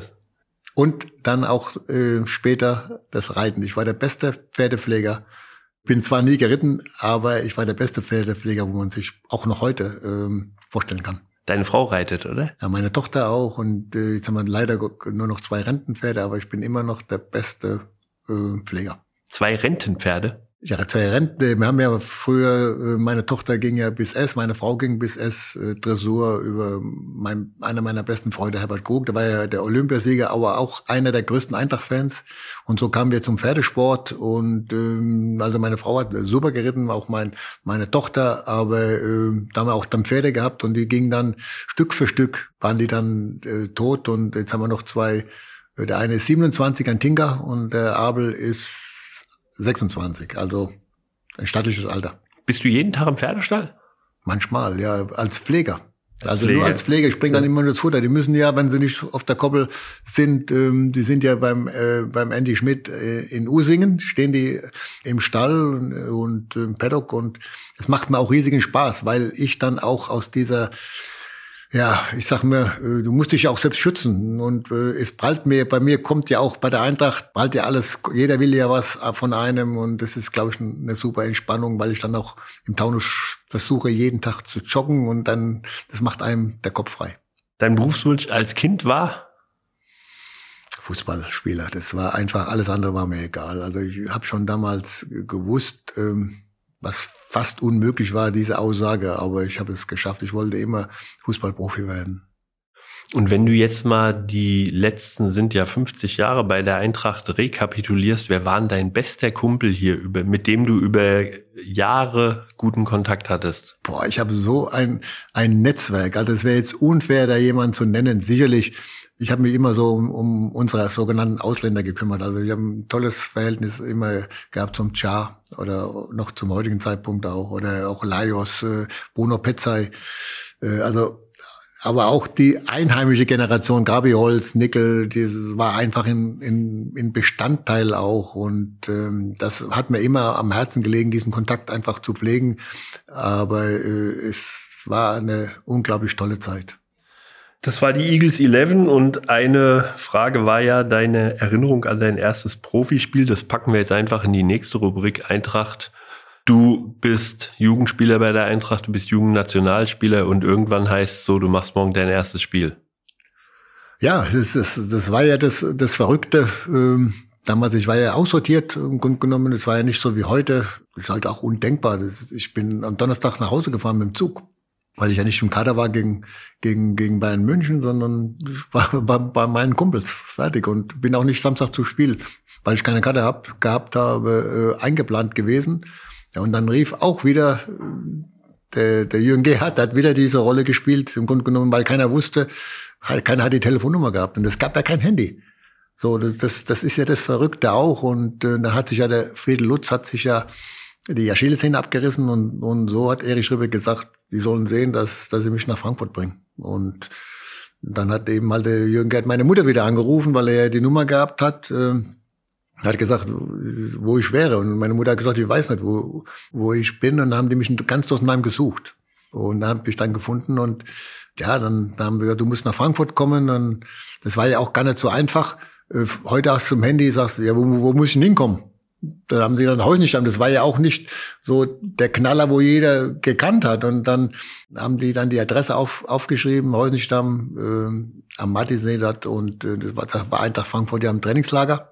Und dann auch später das Reiten. Ich war der beste Pferdepfleger. Bin zwar nie geritten, aber ich war der beste Pferdepfleger, wo man sich auch noch heute vorstellen kann. Deine Frau reitet, oder? Ja, meine Tochter auch. Und jetzt haben wir leider nur noch 2 Rentenpferde, aber ich bin immer noch der beste Pfleger. 2 Rentenpferde? Ja, 2 Renten. Wir haben ja früher, meine Tochter ging ja bis S, meine Frau ging bis S, Dressur über einer meiner besten Freunde, Herbert Krug, der war ja der Olympiasieger, aber auch einer der größten Eintracht-Fans. Und so kamen wir zum Pferdesport und also meine Frau hat super geritten, auch meine Tochter, aber da haben wir auch dann Pferde gehabt und die gingen dann Stück für Stück, waren die dann tot und jetzt haben wir noch 2, der eine ist 27, ein Tinker und der Abel ist 26, also ein stattliches Alter. Bist du jeden Tag im Pferdestall? Manchmal, ja, als Pfleger. Nur als Pfleger. Ich bringe dann immer nur das Futter. Die müssen ja, wenn sie nicht auf der Koppel sind, die sind ja beim Andy Schmidt in Usingen, stehen die im Stall und im Paddock und es macht mir auch riesigen Spaß, weil ich dann auch aus dieser ich sag mir, du musst dich ja auch selbst schützen und es prallt bei mir kommt ja auch bei der Eintracht, prallt ja alles, jeder will ja was von einem und das ist, glaube ich, eine super Entspannung, weil ich dann auch im Taunus versuche, jeden Tag zu joggen und dann, das macht einem der Kopf frei. Dein Berufswunsch als Kind war? Fußballspieler, das war einfach, alles andere war mir egal. Also ich habe schon damals gewusst, was fast unmöglich war, diese Aussage, aber ich habe es geschafft. Ich wollte immer Fußballprofi werden. Und wenn du jetzt mal die letzten, sind ja 50 Jahre bei der Eintracht rekapitulierst, wer war denn dein bester Kumpel hier, mit dem du über Jahre guten Kontakt hattest? Boah, ich habe so ein Netzwerk. Also es wäre jetzt unfair, da jemanden zu nennen. Sicherlich, ich habe mich immer so um unsere sogenannten Ausländer gekümmert. Also ich habe ein tolles Verhältnis immer gehabt zum Tschar oder noch zum heutigen Zeitpunkt auch. Oder auch Lajos, Bruno Petzai. Aber auch die einheimische Generation, Gabi Holz, Nickel, das war einfach in Bestandteil auch. Und das hat mir immer am Herzen gelegen, diesen Kontakt einfach zu pflegen. Aber es war eine unglaublich tolle Zeit. Das war die Eagles 11 und eine Frage war ja deine Erinnerung an dein erstes Profispiel. Das packen wir jetzt einfach in die nächste Rubrik Eintracht. Du bist Jugendspieler bei der Eintracht, du bist Jugendnationalspieler und irgendwann heißt es so, du machst morgen dein erstes Spiel. Ja, das war ja das Verrückte. Damals, ich war ja aussortiert im Grunde genommen. Das war ja nicht so wie heute. Das ist halt auch undenkbar. Ich bin am Donnerstag nach Hause gefahren mit dem Zug, weil ich ja nicht im Kader war gegen Bayern München, sondern ich war bei meinen Kumpels fertig und bin auch nicht Samstag zum Spiel, weil ich keine Karte gehabt habe, eingeplant gewesen. Ja, und dann rief auch wieder der Jürgen Gerhardt, hat wieder diese Rolle gespielt, im Grunde genommen, weil keiner wusste, keiner hat die Telefonnummer gehabt und es gab ja kein Handy. So, das ist ja das Verrückte auch. Und da hat sich ja der Friedel Lutz hat sich ja die Achillessehne abgerissen und so hat Erich Ribbeck gesagt, die sollen sehen, dass sie mich nach Frankfurt bringen. Und dann hat eben halt der Jürgen Gerhardt meine Mutter wieder angerufen, weil er ja die Nummer gehabt hat. Er hat gesagt, wo ich wäre. Und meine Mutter hat gesagt, ich weiß nicht, wo ich bin. Und dann haben die mich ganz Dosenheim gesucht. Und da habe ich dann gefunden. Und ja, dann haben sie gesagt, du musst nach Frankfurt kommen. Und das war ja auch gar nicht so einfach. Heute hast du im Handy, sagst du, ja, wo muss ich denn hinkommen? Da haben sie dann Heusenstamm. Das war ja auch nicht so der Knaller, wo jeder gekannt hat. Und dann haben die dann die Adresse aufgeschrieben, Heusenstamm, am Mattisee dort. Und das war Eintracht Frankfurt ja am Trainingslager.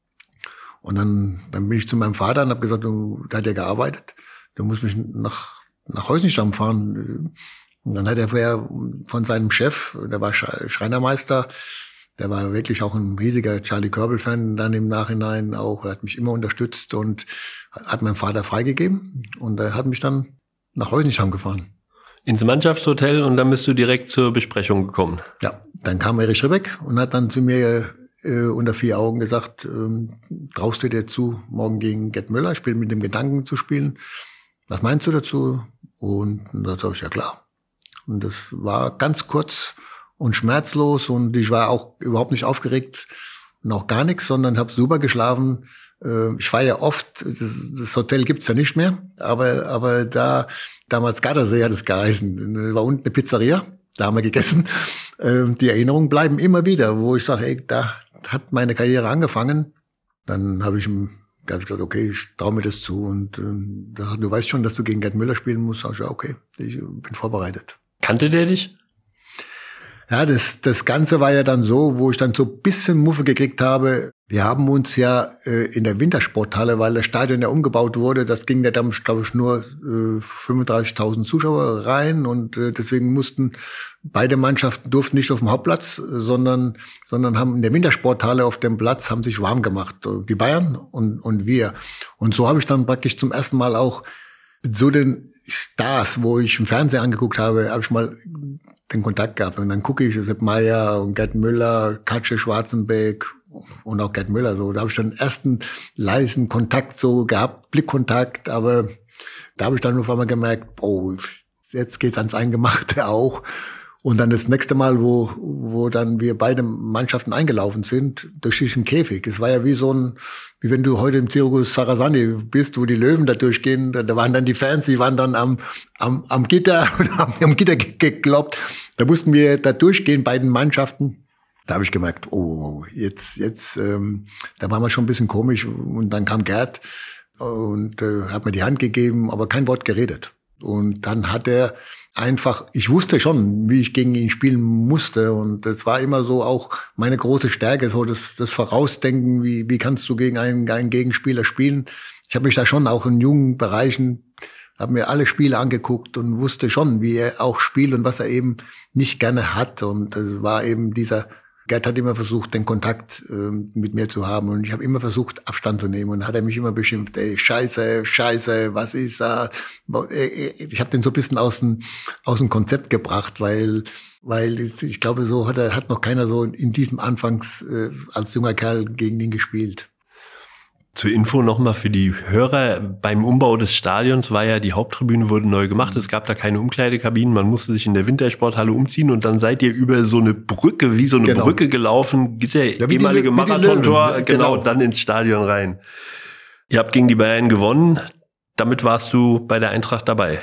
Und dann bin ich zu meinem Vater und habe gesagt, der hat ja gearbeitet, du musst mich nach Heusenstamm fahren. Und dann hat er vorher von seinem Chef, der war Schreinermeister, der war wirklich auch ein riesiger Charlie Körbel-Fan, dann im Nachhinein auch, er hat mich immer unterstützt und hat meinem Vater freigegeben. Und er hat mich dann nach Heusenstamm gefahren. Ins Mannschaftshotel und dann bist du direkt zur Besprechung gekommen. Ja, dann kam Erich Ribbeck und hat dann zu mir unter 4 Augen gesagt, traust du dir zu, morgen gegen Gerd Müller, ich bin mit dem Gedanken zu spielen. Was meinst du dazu? Und da sag ich, ja klar. Und das war ganz kurz und schmerzlos und ich war auch überhaupt nicht aufgeregt, noch gar nichts, sondern habe super geschlafen. Ich war ja oft, das Hotel gibt's ja nicht mehr, aber damals Gardasee hat es geheißen, war unten eine Pizzeria, da haben wir gegessen. Die Erinnerungen bleiben immer wieder, wo ich sage, ey, da hat meine Karriere angefangen. Dann habe ich ihm gesagt, okay, ich traue mir das zu. Und du weißt schon, dass du gegen Gerd Müller spielen musst. Sag ich, ja, okay, ich bin vorbereitet. Kannte der dich? Ja, das Ganze war ja dann so, wo ich dann so ein bisschen Muffe gekriegt habe. Wir haben uns ja in der Wintersporthalle, weil das Stadion ja umgebaut wurde, das ging ja dann, glaube ich, nur 35.000 Zuschauer rein und deswegen mussten beide Mannschaften durften nicht auf dem Hauptplatz, sondern haben in der Wintersporthalle auf dem Platz haben sich warm gemacht, die Bayern und wir. Und so habe ich dann praktisch zum ersten Mal auch so den Stars, wo ich im Fernsehen angeguckt habe ich mal den Kontakt gehabt. Und dann gucke ich Sepp Maier und Gerd Müller, Katsche Schwarzenbeck und auch Gerd Müller. So, da habe ich dann ersten leisen Kontakt so gehabt, Blickkontakt. Aber da habe ich dann auf einmal gemerkt, oh, jetzt geht's ans Eingemachte auch. Und dann das nächste Mal, wo dann wir beide Mannschaften eingelaufen sind, durch diesen Käfig. Es war ja wie wie wenn du heute im Circus Sarasani bist, wo die Löwen da durchgehen. Da waren dann die Fans, die waren dann am Gitter und haben am Gitter gekloppt. Da mussten wir da durchgehen, beiden Mannschaften. Da habe ich gemerkt, oh, jetzt, da waren wir schon ein bisschen komisch. Und dann kam Gerd und hat mir die Hand gegeben, aber kein Wort geredet. Und dann hat er einfach, ich wusste schon, wie ich gegen ihn spielen musste. Und das war immer so auch meine große Stärke, so das Vorausdenken, wie kannst du gegen einen Gegenspieler spielen. Ich habe mich da schon auch in jungen Bereichen, habe mir alle Spiele angeguckt und wusste schon, wie er auch spielt und was er eben nicht gerne hat. Und das war eben dieser Gerd hat immer versucht, den Kontakt mit mir zu haben. Und ich habe immer versucht, Abstand zu nehmen. Und dann hat er mich immer beschimpft, ey, Scheiße, was ist da? Ich habe den so ein bisschen aus dem Konzept gebracht, weil ich glaube, so hat noch keiner so in diesem Anfangs als junger Kerl gegen ihn gespielt. Zur Info nochmal für die Hörer, beim Umbau des Stadions war ja, die Haupttribüne wurde neu gemacht, es gab da keine Umkleidekabinen, man musste sich in der Wintersporthalle umziehen und dann seid ihr über so eine Brücke, wie so eine Brücke gelaufen, der ehemalige Marathontor, genau, dann ins Stadion rein. Ihr habt gegen die Bayern gewonnen, damit warst du bei der Eintracht dabei.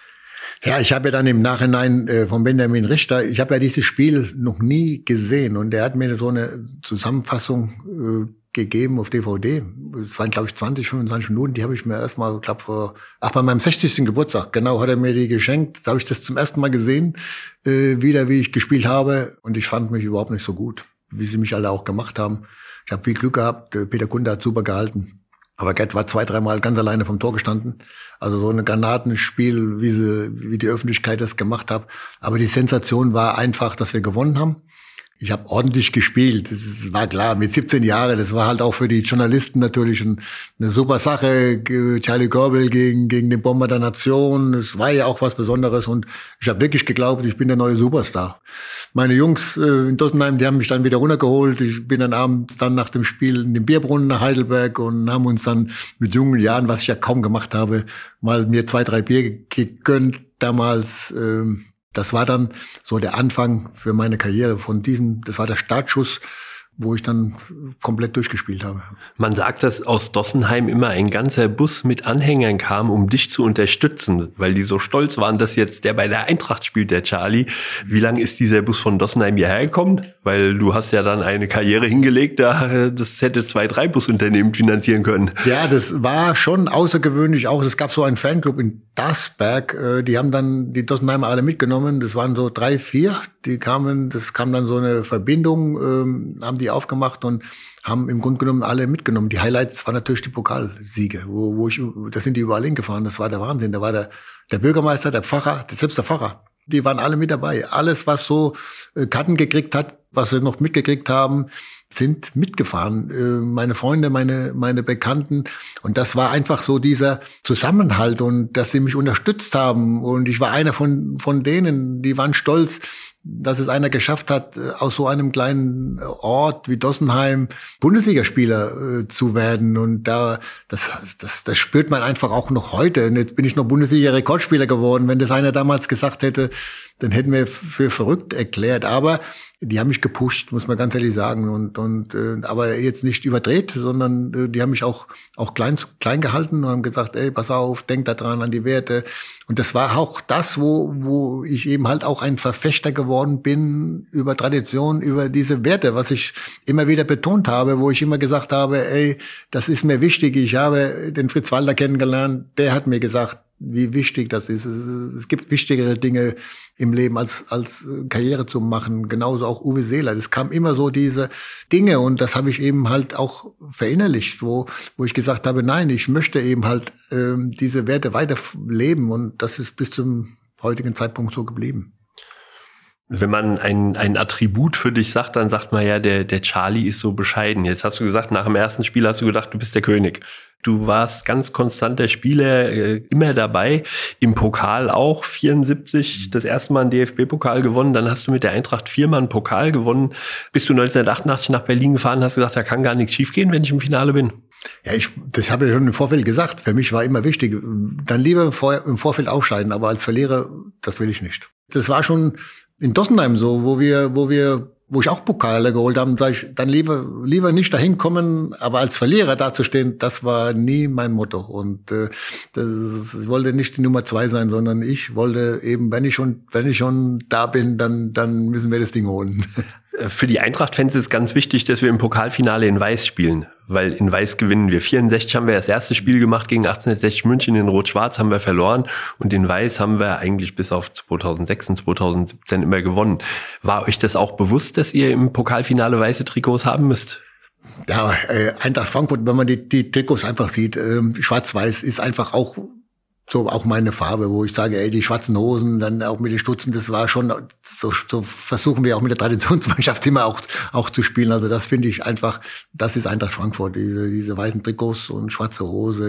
Ja, ich habe ja dann im Nachhinein von Benjamin Richter, ich habe ja dieses Spiel noch nie gesehen und der hat mir so eine Zusammenfassung gegeben auf DVD. Es waren, glaube ich, 20, 25 Minuten. Die habe ich mir erstmal, bei meinem 60. Geburtstag, genau, hat er mir die geschenkt. Da habe ich das zum ersten Mal gesehen, wieder, wie ich gespielt habe. Und ich fand mich überhaupt nicht so gut, wie sie mich alle auch gemacht haben. Ich habe viel Glück gehabt. Peter Kunde hat super gehalten. Aber Gerd war 2-3 Mal ganz alleine vom Tor gestanden. Also so ein Granatenspiel, wie die Öffentlichkeit das gemacht hat. Aber die Sensation war einfach, dass wir gewonnen haben. Ich habe ordentlich gespielt, das war klar, mit 17 Jahren, das war halt auch für die Journalisten natürlich eine super Sache, Charlie Gorbel gegen den Bomber der Nation, das war ja auch was Besonderes und ich habe wirklich geglaubt, ich bin der neue Superstar. Meine Jungs in Dossenheim, die haben mich dann wieder runtergeholt, ich bin dann abends dann nach dem Spiel in den Bierbrunnen nach Heidelberg und haben uns dann mit jungen Jahren, was ich ja kaum gemacht habe, mal mir 2-3 Bier gegönnt damals. Das war dann so der Anfang für meine Karriere das war der Startschuss, wo ich dann komplett durchgespielt habe. Man sagt, dass aus Dossenheim immer ein ganzer Bus mit Anhängern kam, um dich zu unterstützen, weil die so stolz waren, dass jetzt der bei der Eintracht spielt, der Charlie. Wie lange ist dieser Bus von Dossenheim hierher gekommen? Weil du hast ja dann eine Karriere hingelegt, das hätte 2-3 Busunternehmen finanzieren können. Ja, das war schon außergewöhnlich auch. Es gab so einen Fanclub in Dasberg, die haben dann die Dossenheimer alle mitgenommen. Das waren so 3, 4, das kam dann so eine Verbindung, haben die aufgemacht und haben im Grunde genommen alle mitgenommen. Die Highlights waren natürlich die Pokalsiege, da sind die überall hingefahren. Das war der Wahnsinn. Da war der Bürgermeister, der Pfarrer, selbst der Pfarrer. Die waren alle mit dabei. Alles, was so Karten gekriegt hat, was sie noch mitgekriegt haben, sind mitgefahren. Meine Freunde, meine Bekannten. Und das war einfach so dieser Zusammenhalt und dass sie mich unterstützt haben. Und ich war einer von denen, die waren stolz, dass es einer geschafft hat, aus so einem kleinen Ort wie Dossenheim Bundesligaspieler zu werden. Und das spürt man einfach auch noch heute. Und jetzt bin ich noch Bundesliga-Rekordspieler geworden. Wenn das einer damals gesagt hätte, dann hätten wir für verrückt erklärt. Aber die haben mich gepusht, muss man ganz ehrlich sagen. Aber jetzt nicht überdreht, sondern die haben mich auch klein gehalten und haben gesagt, ey, pass auf, denk da dran an die Werte. Und das war auch das, wo ich eben halt auch ein Verfechter geworden bin über Tradition, über diese Werte, was ich immer wieder betont habe, wo ich immer gesagt habe, ey, das ist mir wichtig. Ich habe den Fritz Walter kennengelernt, der hat mir gesagt, wie wichtig das ist. Es gibt wichtigere Dinge im Leben als Karriere zu machen. Genauso auch Uwe Seeler. Das kam immer so diese Dinge und das habe ich eben halt auch verinnerlicht, wo ich gesagt habe, nein, ich möchte eben halt diese Werte weiterleben und das ist bis zum heutigen Zeitpunkt so geblieben. Wenn man ein Attribut für dich sagt, dann sagt man ja, der Charlie ist so bescheiden. Jetzt hast du gesagt, nach dem ersten Spiel hast du gedacht, du bist der König. Du warst ganz konstanter Spieler, immer dabei. Im Pokal auch, 74, das erste Mal einen DFB-Pokal gewonnen. Dann hast du mit der Eintracht 4-mal einen Pokal gewonnen. Bist du 1988 nach Berlin gefahren, hast gesagt, da kann gar nichts schiefgehen, wenn ich im Finale bin. Ja, das habe ich schon im Vorfeld gesagt. Für mich war immer wichtig, dann lieber im Vorfeld ausscheiden, aber als Verlierer, das will ich nicht. Das war schon in Dossenheim so, wo ich auch Pokale geholt habe, sage ich, dann lieber nicht dahin kommen, aber als Verlierer dazustehen, das war nie mein Motto. Und ich wollte nicht die Nummer 2 sein, sondern ich wollte eben, wenn ich schon da bin, dann müssen wir das Ding holen. Für die Eintracht-Fans ist ganz wichtig, dass wir im Pokalfinale in Weiß spielen, weil in Weiß gewinnen wir. 64 haben wir das erste Spiel gemacht gegen 1860 München, in Rot-Schwarz haben wir verloren und in Weiß haben wir eigentlich bis auf 2006 und 2017 immer gewonnen. War euch das auch bewusst, dass ihr im Pokalfinale weiße Trikots haben müsst? Ja, Eintracht Frankfurt, wenn man die Trikots einfach sieht, schwarz-weiß ist einfach auch so auch meine Farbe, wo ich sage, ey, die schwarzen Hosen, dann auch mit den Stutzen, das war schon, so versuchen wir auch mit der Traditionsmannschaft immer auch zu spielen. Also das finde ich einfach, das ist Eintracht Frankfurt, diese weißen Trikots und schwarze Hose,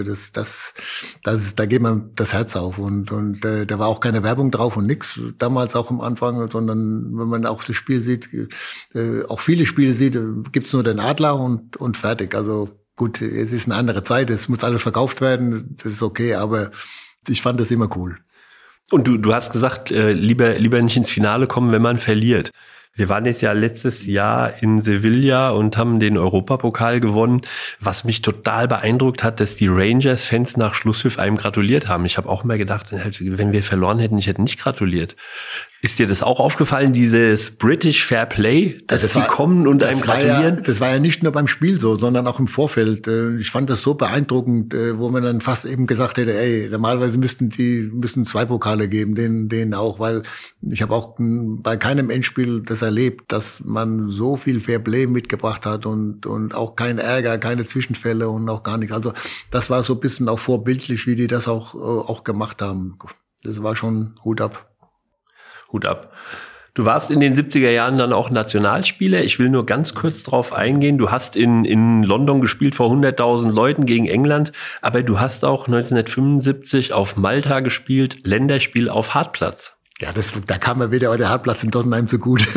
da geht man das Herz auf und da war auch keine Werbung drauf und nix, damals auch am Anfang, sondern wenn man auch das Spiel sieht, auch viele Spiele sieht, gibt's nur den Adler und fertig. Also gut, es ist eine andere Zeit, es muss alles verkauft werden, das ist okay, aber ich fand das immer cool. Und du hast gesagt, lieber nicht ins Finale kommen, wenn man verliert. Wir waren jetzt ja letztes Jahr in Sevilla und haben den Europapokal gewonnen. Was mich total beeindruckt hat, dass die Rangers-Fans nach Schlusspfiff einem gratuliert haben. Ich habe auch immer gedacht, wenn wir verloren hätten, ich hätte nicht gratuliert. Ist dir das auch aufgefallen, dieses British Fair Play, dass die kommen und einem gratulieren? Das war ja nicht nur beim Spiel so, sondern auch im Vorfeld. Ich fand das so beeindruckend, wo man dann fast eben gesagt hätte, ey, normalerweise müssten 2 Pokale geben, denen auch, weil ich habe auch bei keinem Endspiel das erlebt, dass man so viel Fair Play mitgebracht hat und auch kein Ärger, keine Zwischenfälle und auch gar nichts. Also das war so ein bisschen auch vorbildlich, wie die das auch gemacht haben. Das war schon Hut ab. Hut ab. Du warst in den 70er Jahren dann auch Nationalspieler. Ich will nur ganz kurz drauf eingehen. Du hast in London gespielt vor 100.000 Leuten gegen England, aber du hast auch 1975 auf Malta gespielt, Länderspiel auf Hartplatz. Ja, da kam mir wieder der Hartplatz in Tottenheim zugute,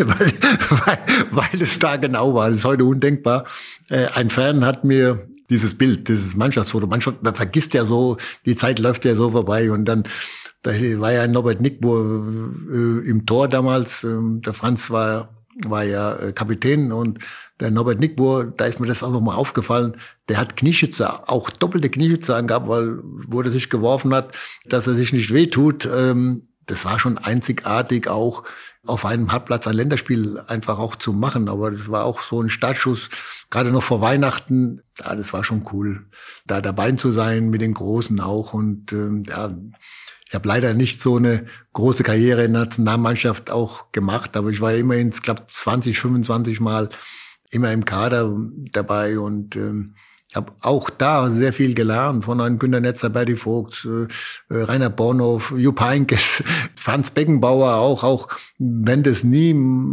weil es da genau war. Das ist heute undenkbar. Ein Fan hat mir dieses Bild, dieses Mannschaftsfoto, man vergisst ja so, die Zeit läuft ja so vorbei und dann da war ja Norbert Nickbohr im Tor damals. Der Franz war ja Kapitän und der Norbert Nickbohr, da ist mir das auch nochmal aufgefallen, der hat Knieschützer, auch doppelte Knieschützer angehabt, weil wo er sich geworfen hat, dass er sich nicht wehtut. Das war schon einzigartig auch auf einem Hartplatz ein Länderspiel einfach auch zu machen. Aber das war auch so ein Startschuss, gerade noch vor Weihnachten. Ja, das war schon cool, da dabei zu sein mit den Großen auch und ja. Ich habe leider nicht so eine große Karriere in der Nationalmannschaft auch gemacht, aber ich war immerhin, ich glaube, 20, 25 Mal immer im Kader dabei und habe auch da sehr viel gelernt von einem Günter Netzer, Berti Vogts, Rainer Bornhoff, Jupp Heynckes, Franz Beckenbauer, auch wenn das nie,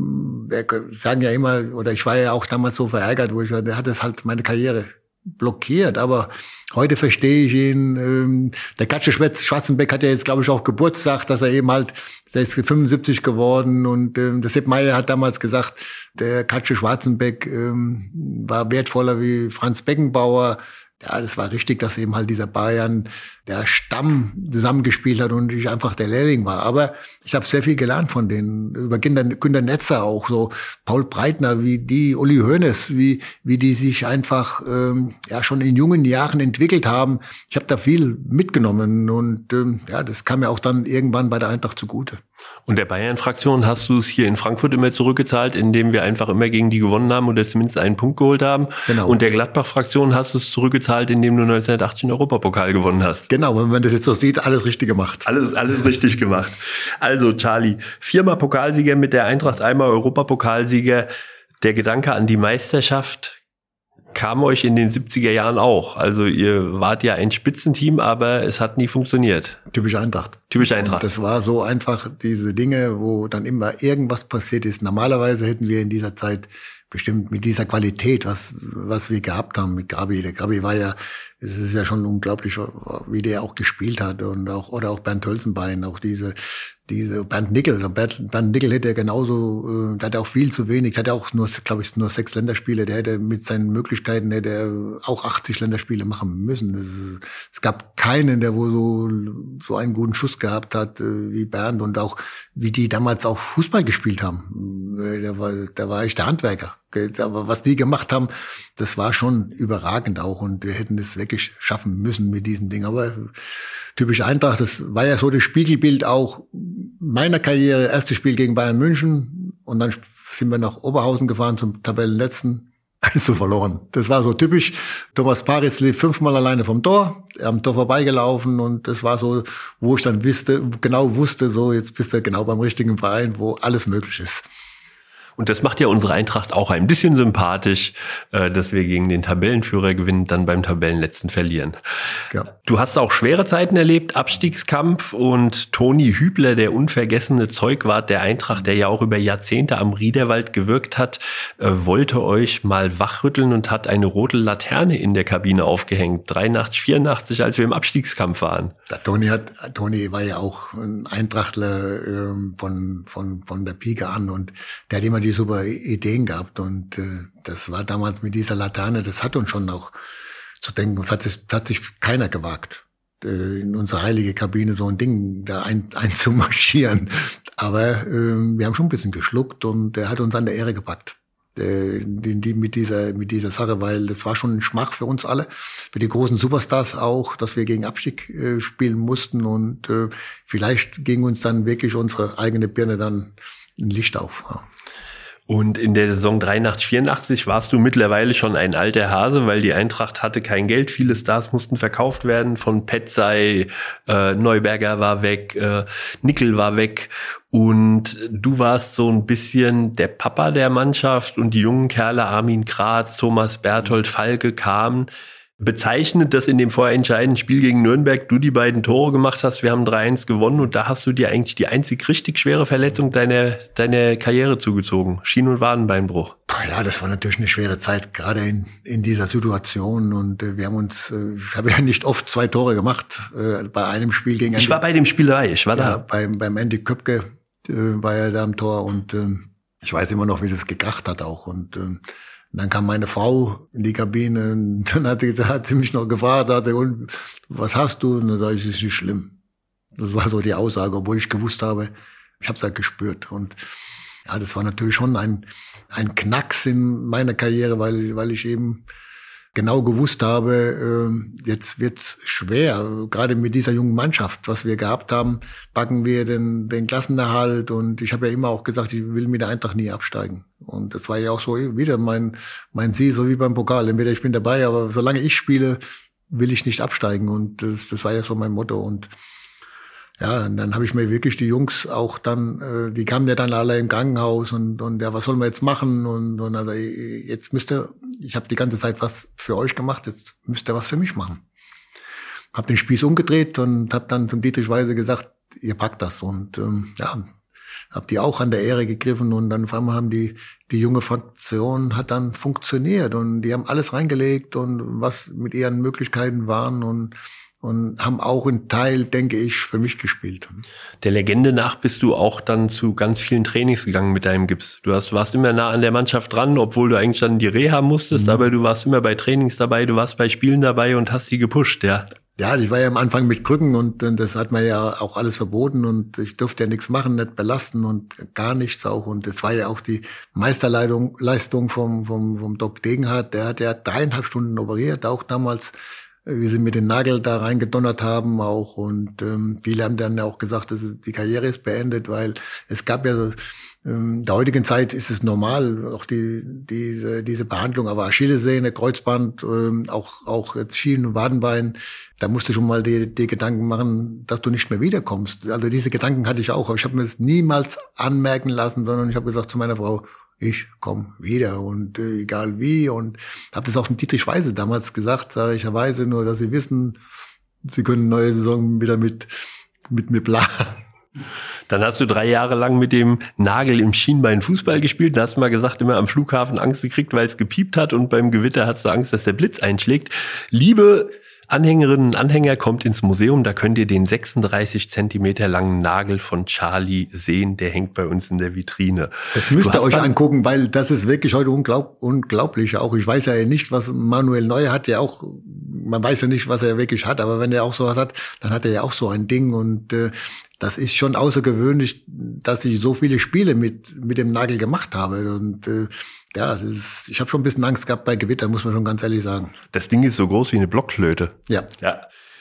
sagen ja immer, oder ich war ja auch damals so verärgert, wo ich sage, der hat das halt meine Karriere blockiert, aber heute verstehe ich ihn. Der Katsche Schwarzenbeck hat ja jetzt, glaube ich, auch Geburtstag, dass er eben halt, der ist 75 geworden und der Sepp Maier hat damals gesagt, der Katsche Schwarzenbeck war wertvoller wie Franz Beckenbauer. Ja, das war richtig, dass eben halt dieser Bayern, der Stamm zusammengespielt hat und ich einfach der Lehrling war. Aber ich habe sehr viel gelernt von denen, über Günter Netzer auch, so Paul Breitner, wie die, Uli Hoeneß, wie die sich einfach ja schon in jungen Jahren entwickelt haben. Ich habe da viel mitgenommen und ja, das kam mir auch dann irgendwann bei der Eintracht zugute. Und der Bayern-Fraktion hast du es hier in Frankfurt immer zurückgezahlt, indem wir einfach immer gegen die gewonnen haben oder zumindest einen Punkt geholt haben. Genau. Und der Gladbach-Fraktion hast du es zurückgezahlt, indem du 1980 den Europapokal gewonnen hast. Genau, wenn man das jetzt so sieht, alles richtig gemacht. Alles richtig gemacht. Also Charlie, 4-mal Pokalsieger mit der Eintracht, einmal Europapokalsieger. Der Gedanke an die Meisterschaft kam euch in den 70er Jahren auch. Also ihr wart ja ein Spitzenteam, aber es hat nie funktioniert. Typisch Eintracht. Und das war so einfach, diese Dinge, wo dann immer irgendwas passiert ist. Normalerweise hätten wir in dieser Zeit bestimmt mit dieser Qualität, was wir gehabt haben mit Gabi. Der Gabi war ja, es ist ja schon unglaublich, wie der auch gespielt hat und auch Bernd Hölzenbein, auch diese Bernd Nickel. Bernd Nickel hätte genauso, der hatte auch viel zu wenig, der hatte auch nur 6 Länderspiele, der hätte mit seinen Möglichkeiten auch 80 Länderspiele machen müssen. Es gab keinen, der wo so einen guten Schuss gehabt hat wie Bernd und auch wie die damals auch Fußball gespielt haben. Der war echt der Handwerker. Aber was die gemacht haben, das war schon überragend auch und wir hätten das wirklich schaffen müssen mit diesen Dingen. Aber typisch Eintracht, das war ja so das Spiegelbild auch meiner Karriere. Erstes Spiel gegen Bayern München und dann sind wir nach Oberhausen gefahren zum Tabellenletzten. 1:0 verloren. Das war so typisch. Thomas Paris lief 5-mal alleine vom Tor, am Tor vorbeigelaufen und das war so, wo ich dann genau wusste, so jetzt bist du genau beim richtigen Verein, wo alles möglich ist. Und das macht ja unsere Eintracht auch ein bisschen sympathisch, dass wir gegen den Tabellenführer gewinnen, dann beim Tabellenletzten verlieren. Ja. Du hast auch schwere Zeiten erlebt, Abstiegskampf, und Toni Hübler, der unvergessene Zeugwart der Eintracht, der ja auch über Jahrzehnte am Riederwald gewirkt hat, wollte euch mal wachrütteln und hat eine rote Laterne in der Kabine aufgehängt. 83, 84, als wir im Abstiegskampf waren. Der Toni war ja auch ein Eintrachtler von der Pike an, und der hat immer die super Ideen gehabt, und das war damals mit dieser Laterne, das hat uns schon auch zu denken, das hat sich keiner gewagt, in unsere heilige Kabine so ein Ding da einzumarschieren. Aber wir haben schon ein bisschen geschluckt, und er hat uns an der Ehre gepackt. Mit dieser Sache, weil das war schon ein Schmach für uns alle, für die großen Superstars auch, dass wir gegen Abstieg spielen mussten, und vielleicht ging uns dann wirklich unsere eigene Birne dann ein Licht auf. Ja. Und in der Saison 83, 84 warst du mittlerweile schon ein alter Hase, weil die Eintracht hatte kein Geld. Viele Stars mussten verkauft werden. Von Petzai, Neuberger war weg, Nickel war weg. Und du warst so ein bisschen der Papa der Mannschaft, und die jungen Kerle, Armin Kratz, Thomas Berthold, Falke, kamen. Bezeichnet, dass in dem vorentscheidenden Spiel gegen Nürnberg du die beiden Tore gemacht hast. Wir haben 3-1 gewonnen, und da hast du dir eigentlich die einzig richtig schwere Verletzung deiner Karriere zugezogen. Schien- und Wadenbeinbruch. Ja, das war natürlich eine schwere Zeit, gerade in dieser Situation. Und ich habe ja nicht oft 2 Tore gemacht, bei einem Spiel gegen Ich war bei dem Spiel dabei, ich war ja, da. Beim Andy Köpke war er da am Tor, und ich weiß immer noch, wie das gekracht hat auch. Und dann kam meine Frau in die Kabine, und dann hat sie mich noch gefragt, und was hast du? Und dann sage ich, es ist nicht schlimm. Das war so die Aussage, obwohl ich gewusst habe, ich habe es halt gespürt. Und ja, das war natürlich schon ein Knacks in meiner Karriere, weil ich eben genau gewusst habe, jetzt wird's schwer, gerade mit dieser jungen Mannschaft, was wir gehabt haben, packen wir den Klassenerhalt, und ich habe ja immer auch gesagt, ich will mit der Eintracht nie absteigen. Und das war ja auch so wieder mein Ziel, so wie beim Pokal. Entweder ich bin dabei, aber solange ich spiele, will ich nicht absteigen, und das war ja so mein Motto. Und ja, und dann habe ich mir wirklich die Jungs auch dann, die kamen ja dann alle im Krankenhaus, und ja, was sollen wir jetzt machen? Und also jetzt ich habe die ganze Zeit was für euch gemacht, jetzt müsst ihr was für mich machen. Hab den Spieß umgedreht und habe dann zum Dietrich Weise gesagt, ihr packt das. Und ja, hab die auch an der Ehre gegriffen, und dann auf einmal haben die junge Fraktion hat dann funktioniert, und die haben alles reingelegt, und was mit ihren Möglichkeiten waren, und haben auch einen Teil, denke ich, für mich gespielt. Der Legende nach bist du auch dann zu ganz vielen Trainings gegangen mit deinem Gips. Du warst immer nah an der Mannschaft dran, obwohl du eigentlich dann die Reha musstest, aber du warst immer bei Trainings dabei, du warst bei Spielen dabei und hast die gepusht, ja. Ja, ich war ja am Anfang mit Krücken, und das hat man ja auch alles verboten, und ich durfte ja nichts machen, nicht belasten und gar nichts auch. Und das war ja auch die Meisterleistung vom Doc Degenhardt. Der hat ja 3,5 Stunden operiert, auch damals, wie sie mit den Nagel da reingedonnert haben auch. Und viele haben dann auch gesagt, die Karriere ist beendet, weil es gab ja in der heutigen Zeit ist es normal, auch diese Behandlung, aber Achillessehne, Kreuzband, auch jetzt Schienen- und Wadenbein, da musst du schon mal die Gedanken machen, dass du nicht mehr wiederkommst. Also diese Gedanken hatte ich auch, aber ich habe mir das niemals anmerken lassen, sondern ich habe gesagt zu meiner Frau, ich komme wieder, und egal wie, und habe das auch dem Dietrich Weise damals gesagt, sage ich, Herr Weise, nur dass Sie wissen, Sie können neue Saison wieder mit mir planen. Dann hast du 3 Jahre lang mit dem Nagel im Schienbein Fußball gespielt. Da hast du mal gesagt, immer am Flughafen Angst gekriegt, weil es gepiept hat, und beim Gewitter hast du Angst, dass der Blitz einschlägt. Liebe Anhängerinnen und Anhänger, kommt ins Museum, da könnt ihr den 36 Zentimeter langen Nagel von Charlie sehen, der hängt bei uns in der Vitrine. Das müsst ihr euch angucken, weil das ist wirklich heute unglaublich. Auch ich weiß ja nicht, was Manuel Neuer hat, ja auch, man weiß ja nicht, was er wirklich hat, aber wenn er auch sowas hat, dann hat er ja auch so ein Ding, und das ist schon außergewöhnlich, dass ich so viele Spiele mit dem Nagel gemacht habe, und ja, ich habe schon ein bisschen Angst gehabt bei Gewitter, muss man schon ganz ehrlich sagen. Das Ding ist so groß wie eine Blockflöte. Ja.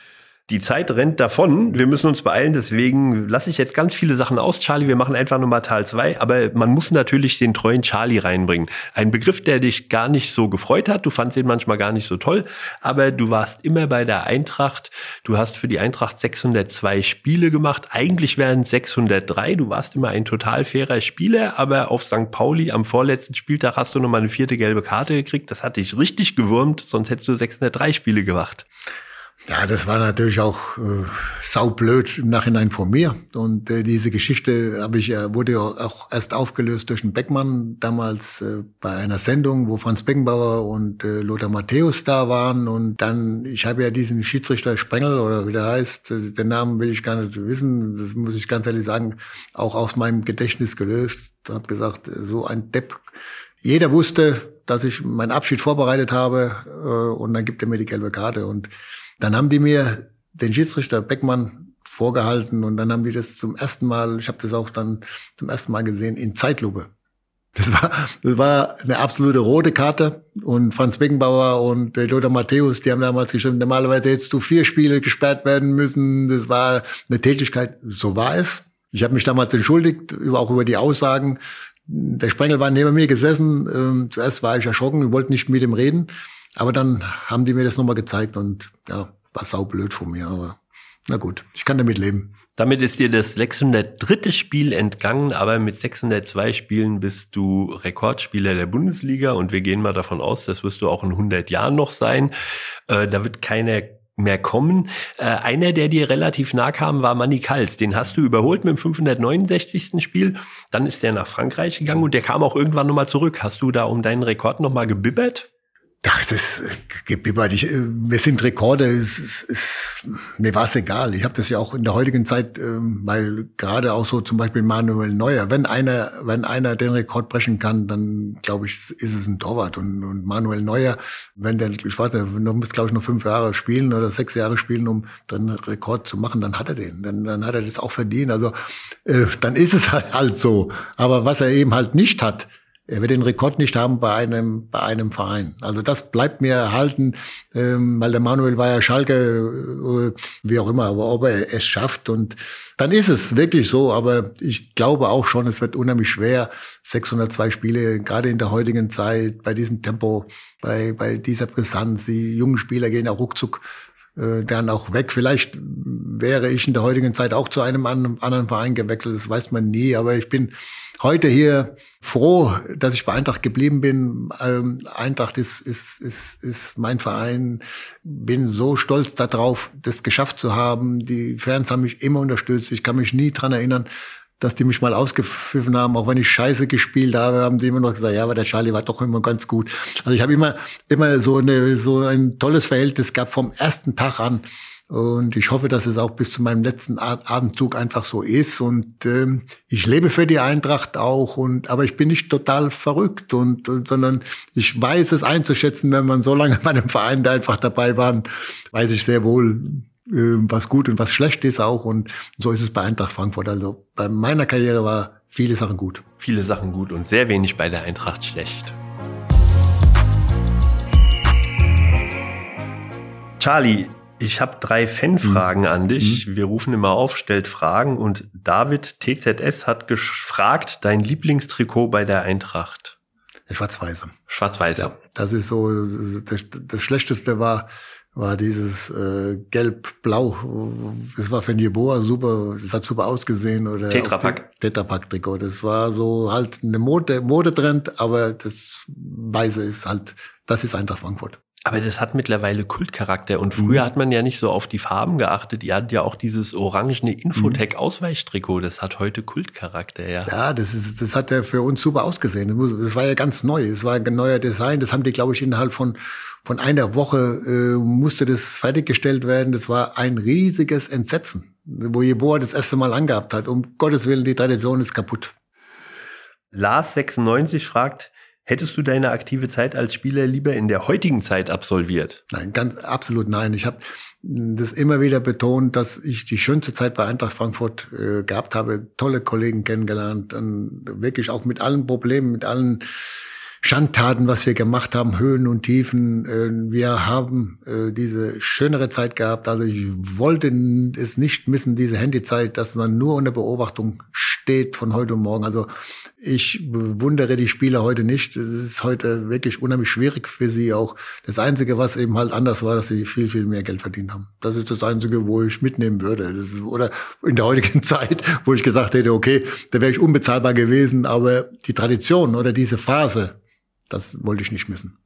Die Zeit rennt davon. Wir müssen uns beeilen. Deswegen lasse ich jetzt ganz viele Sachen aus, Charlie. Wir machen einfach nochmal Teil 2. Aber man muss natürlich den treuen Charlie reinbringen. Ein Begriff, der dich gar nicht so gefreut hat. Du fandst ihn manchmal gar nicht so toll. Aber du warst immer bei der Eintracht. Du hast für die Eintracht 602 Spiele gemacht. Eigentlich wären es 603. Du warst immer ein total fairer Spieler. Aber auf St. Pauli am vorletzten Spieltag hast du nochmal eine 4. gelbe Karte gekriegt. Das hat dich richtig gewurmt. Sonst hättest du 603 Spiele gemacht. Ja, das war natürlich auch saublöd im Nachhinein von mir. Und diese Geschichte wurde ja auch erst aufgelöst durch den Beckmann, damals bei einer Sendung, wo Franz Beckenbauer und Lothar Matthäus da waren. Und dann, ich habe ja diesen Schiedsrichter Sprengel, oder wie der heißt, den Namen will ich gar nicht wissen, das muss ich ganz ehrlich sagen, auch aus meinem Gedächtnis gelöst. Ich habe gesagt, so ein Depp. Jeder wusste, dass ich meinen Abschied vorbereitet habe, und dann gibt er mir die gelbe Karte. Und dann haben die mir den Schiedsrichter Beckmann vorgehalten, und dann haben die das zum ersten Mal, ich habe das auch dann zum ersten Mal gesehen, in Zeitlupe. Das war eine absolute rote Karte, und Franz Beckenbauer und Lothar Matthäus, die haben damals geschrieben, normalerweise hättest du 4 Spiele gesperrt werden müssen. Das war eine Tätigkeit, so war es. Ich habe mich damals entschuldigt, auch über die Aussagen. Der Sprengel war neben mir gesessen. Zuerst war ich erschrocken, ich wollte nicht mit ihm reden. Aber dann haben die mir das nochmal gezeigt, und ja, war saublöd von mir, aber na gut, ich kann damit leben. Damit ist dir das 603. Spiel entgangen, aber mit 602 Spielen bist du Rekordspieler der Bundesliga, und wir gehen mal davon aus, das wirst du auch in 100 Jahren noch sein. Da wird keiner mehr kommen. Einer, der dir relativ nah kam, war Manny Kals. Den hast du überholt mit dem 569. Spiel. Dann ist der nach Frankreich gegangen, und der kam auch irgendwann nochmal zurück. Hast du da um deinen Rekord nochmal gebibbert? Ach, das gebibbert. Wir sind Rekorde. Mir war es egal. Ich habe das ja auch in der heutigen Zeit, weil gerade auch so zum Beispiel Manuel Neuer, wenn einer den Rekord brechen kann, dann glaube ich, ist es ein Torwart. Und Manuel Neuer, wenn der, ich weiß nicht, muss glaube ich noch 5 Jahre spielen oder 6 Jahre spielen, um den Rekord zu machen, dann hat er den. Dann hat er das auch verdient. Also dann ist es halt so. Aber was er eben halt nicht hat, er wird den Rekord nicht haben bei einem Verein. Also das bleibt mir erhalten, weil der Manuel war ja Schalke, wie auch immer, aber ob er es schafft, und dann ist es wirklich so. Aber ich glaube auch schon, es wird unheimlich schwer, 602 Spiele, gerade in der heutigen Zeit, bei diesem Tempo, bei dieser Brisanz. Die jungen Spieler gehen auch ruckzuck dann auch weg. Vielleicht wäre ich in der heutigen Zeit auch zu einem anderen Verein gewechselt, das weiß man nie. Aber ich bin heute hier froh, dass ich bei Eintracht geblieben bin. Eintracht ist mein Verein. Bin so stolz darauf, das geschafft zu haben. Die Fans haben mich immer unterstützt. Ich kann mich nie dran erinnern, dass die mich mal ausgepfiffen haben. Auch wenn ich scheiße gespielt habe, haben die immer noch gesagt, ja, aber der Charlie war doch immer ganz gut. Also ich habe immer so ein tolles Verhältnis gehabt vom ersten Tag an. Und ich hoffe, dass es auch bis zu meinem letzten Atemzug einfach so ist. Und ich lebe für die Eintracht auch. Aber ich bin nicht total verrückt, sondern ich weiß es einzuschätzen, wenn man so lange bei einem Verein da einfach dabei war, weiß ich sehr wohl, was gut und was schlecht ist auch. Und so ist es bei Eintracht Frankfurt. Also bei meiner Karriere war viele Sachen gut. Viele Sachen gut und sehr wenig bei der Eintracht schlecht. Charlie, ich habe 3 Fanfragen an dich. Wir rufen immer auf, stellt Fragen, und David TZS hat gefragt, dein Lieblingstrikot bei der Eintracht? Schwarz-Weiße. Schwarz-Weiße. Ja, das ist so, das Schlechteste war dieses Gelb-Blau. Das war für Jeboa super, es hat super ausgesehen. Oder Tetrapack-Trikot. Das war so halt eine Modetrend, aber das Weiße ist halt, das ist Eintracht Frankfurt. Aber das hat mittlerweile Kultcharakter, und früher hat man ja nicht so auf die Farben geachtet. Ihr hattet ja auch dieses orangene Infotech-Ausweichtrikot, das hat heute Kultcharakter, ja. Ja, das hat ja für uns super ausgesehen. Das war ja ganz neu, es war ein neuer Design, das haben die, glaube ich, innerhalb von einer Woche musste das fertiggestellt werden. Das war ein riesiges Entsetzen, wo Jeboa das erste Mal angehabt hat. Um Gottes Willen, die Tradition ist kaputt. Lars96 fragt, hättest du deine aktive Zeit als Spieler lieber in der heutigen Zeit absolviert? Nein, absolut nein. Ich habe das immer wieder betont, dass ich die schönste Zeit bei Eintracht Frankfurt gehabt habe, tolle Kollegen kennengelernt, und wirklich auch mit allen Problemen, mit allen Schandtaten, was wir gemacht haben, Höhen und Tiefen. Wir haben diese schönere Zeit gehabt. Also ich wollte es nicht missen, diese Handyzeit, dass man nur unter Beobachtung steht von heute und morgen. Also ich bewundere die Spieler heute nicht. Es ist heute wirklich unheimlich schwierig für sie auch. Das Einzige, was eben halt anders war, dass sie viel, viel mehr Geld verdient haben. Das ist das Einzige, wo ich mitnehmen würde. Oder in der heutigen Zeit, wo ich gesagt hätte, okay, da wäre ich unbezahlbar gewesen. Aber die Tradition oder diese Phase, das wollte ich nicht missen.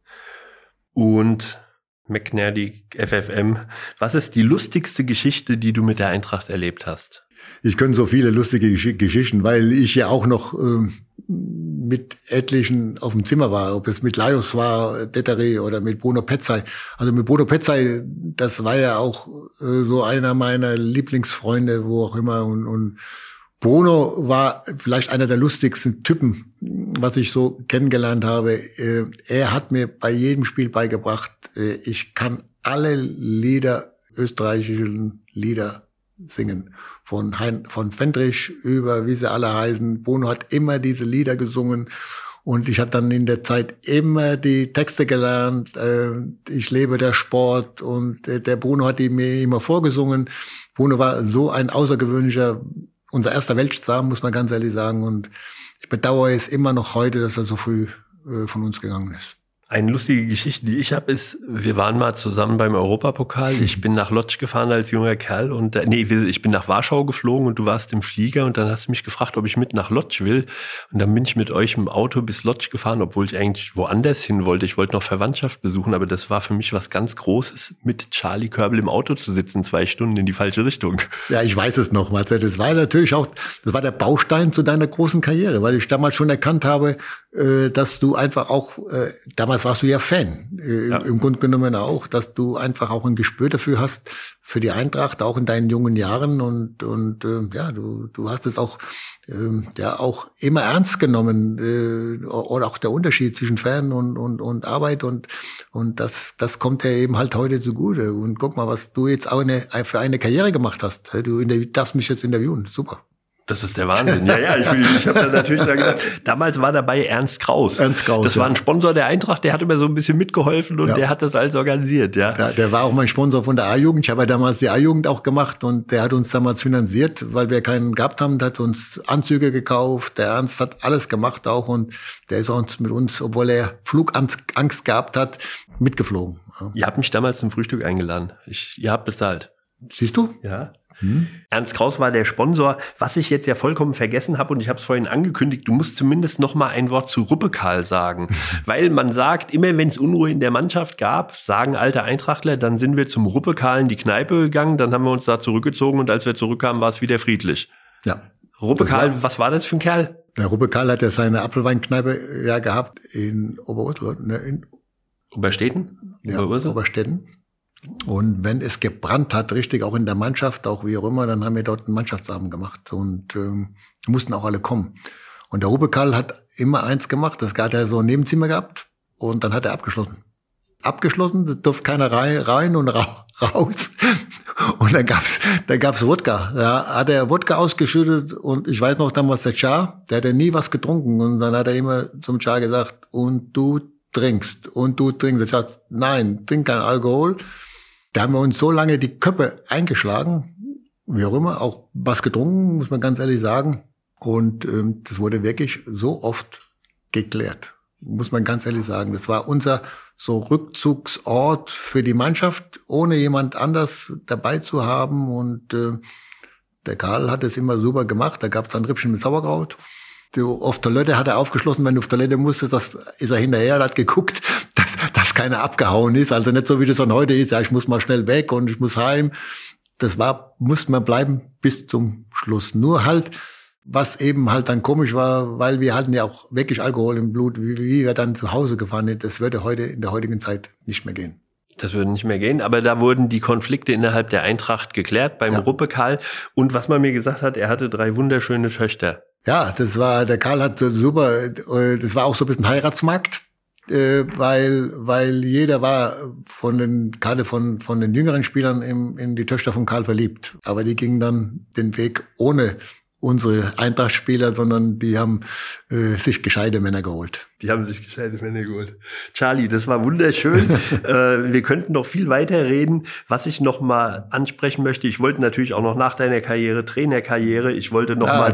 Und McNally FFM, was ist die lustigste Geschichte, die du mit der Eintracht erlebt hast? Ich könnte so viele lustige Geschichten, weil ich ja auch noch mit etlichen auf dem Zimmer war, ob es mit Lajos war, Detteri oder mit Bruno Petzai. Also mit Bruno Petzai, das war ja auch so einer meiner Lieblingsfreunde, wo auch immer. Und Bruno war vielleicht einer der lustigsten Typen, was ich so kennengelernt habe. Er hat mir bei jedem Spiel beigebracht, ich kann alle Lieder, österreichischen Lieder singen. Von Fendrich über, wie sie alle heißen. Bruno hat immer diese Lieder gesungen. Und ich habe dann in der Zeit immer die Texte gelernt. Ich lebe der Sport. Und der Bruno hat die mir immer vorgesungen. Bruno war so ein außergewöhnlicher, unser erster Weltstar, muss man ganz ehrlich sagen. Und ich bedauere es immer noch heute, dass er so früh von uns gegangen ist. Eine lustige Geschichte, die ich habe, ist, wir waren mal zusammen beim Europapokal. Ich bin nach Lodz gefahren als junger Kerl und ich bin nach Warschau geflogen und du warst im Flieger und dann hast du mich gefragt, ob ich mit nach Lodz will. Und dann bin ich mit euch im Auto bis Lodz gefahren, obwohl ich eigentlich woanders hin wollte. Ich wollte noch Verwandtschaft besuchen, aber das war für mich was ganz Großes, mit Charlie Körbel im Auto zu sitzen, 2 Stunden in die falsche Richtung. Ja, ich weiß es noch, Marcel. Das war natürlich auch, das war der Baustein zu deiner großen Karriere, weil ich damals schon erkannt habe, dass du einfach auch, damals warst du ja Fan, im Grunde genommen auch, dass du einfach auch ein Gespür dafür hast, für die Eintracht, auch in deinen jungen Jahren und ja, du hast es auch, ja, auch immer ernst genommen, oder auch der Unterschied zwischen Fan und Arbeit und das kommt ja eben halt heute zugute. Und guck mal, was du jetzt auch für eine Karriere gemacht hast. Du darfst mich jetzt interviewen, super. Das ist der Wahnsinn. Ja, ich habe da natürlich gesagt, damals war dabei Ernst Kraus. Ernst Kraus, das war ein Sponsor der Eintracht, der hat immer so ein bisschen mitgeholfen und ja, der hat das alles organisiert. Ja, der war auch mein Sponsor von der A-Jugend. Ich habe ja damals die A-Jugend auch gemacht und der hat uns damals finanziert, weil wir keinen gehabt haben. Der hat uns Anzüge gekauft. Der Ernst hat alles gemacht auch und der ist auch mit uns, obwohl er Flugangst gehabt hat, mitgeflogen. Ja. Ihr habt mich damals zum Frühstück eingeladen. Ihr habt bezahlt. Siehst du? Ja. Ernst Kraus war der Sponsor. Was ich jetzt ja vollkommen vergessen habe und ich habe es vorhin angekündigt, du musst zumindest noch mal ein Wort zu Rüppekal sagen. Weil man sagt, immer wenn es Unruhe in der Mannschaft gab, sagen alte Eintrachtler, dann sind wir zum Rüppekal in die Kneipe gegangen, dann haben wir uns da zurückgezogen und als wir zurückkamen, war es wieder friedlich. Ja. Rüppekal, was war das für ein Kerl? Der Rüppekal hat ja seine Apfelweinkneipe ja gehabt in Oberursel, ne, in Oberstetten? Ja, Oberstetten. Und wenn es gebrannt hat, richtig, auch in der Mannschaft, auch wie auch immer, dann haben wir dort einen Mannschaftsabend gemacht und mussten auch alle kommen. Und der Rüppekal hat immer eins gemacht, das hat er so ein Nebenzimmer gehabt und dann hat er abgeschlossen. Da durfte keiner rein und raus. Und dann gab's Wodka. Ja, hat er Wodka ausgeschüttet und ich weiß noch damals der Char, der hat ja nie was getrunken und dann hat er immer zum Char gesagt, und du trinkst. Ich sagte, nein, trink kein Alkohol. Da haben wir uns so lange die Köpfe eingeschlagen, wie auch immer, auch was getrunken, muss man ganz ehrlich sagen. Und das wurde wirklich so oft geklärt, muss man ganz ehrlich sagen. Das war unser so Rückzugsort für die Mannschaft, ohne jemand anders dabei zu haben. Und der Karl hat es immer super gemacht. Da gab es ein Rippchen mit Sauerkraut. Auf Toilette hat er aufgeschlossen, wenn du auf Toilette musstest, das ist er hinterher, hat geguckt, dass keiner abgehauen ist. Also nicht so, wie das von heute ist, ja, ich muss mal schnell weg und ich muss heim. Muss man bleiben bis zum Schluss. Nur halt, was eben halt dann komisch war, weil wir hatten ja auch wirklich Alkohol im Blut, wie wir dann zu Hause gefahren sind, das würde heute in der heutigen Zeit nicht mehr gehen. Das würde nicht mehr gehen, aber da wurden die Konflikte innerhalb der Eintracht geklärt beim Rüppekal. Und was man mir gesagt hat, er hatte 3 wunderschöne Töchter. Ja, der Karl hat super, das war auch so ein bisschen Heiratsmarkt, weil jeder war gerade von den jüngeren Spielern in die Töchter von Karl verliebt. Aber die gingen dann den Weg ohne unsere Eintracht-Spieler, sondern die haben sich gescheite Männer geholt. Die haben sich gescheite Männer geholt. Charlie, das war wunderschön. Wir könnten noch viel weiter reden. Was ich noch mal ansprechen möchte, ich wollte natürlich auch noch nach deiner Karriere, Trainerkarriere, ich wollte noch mal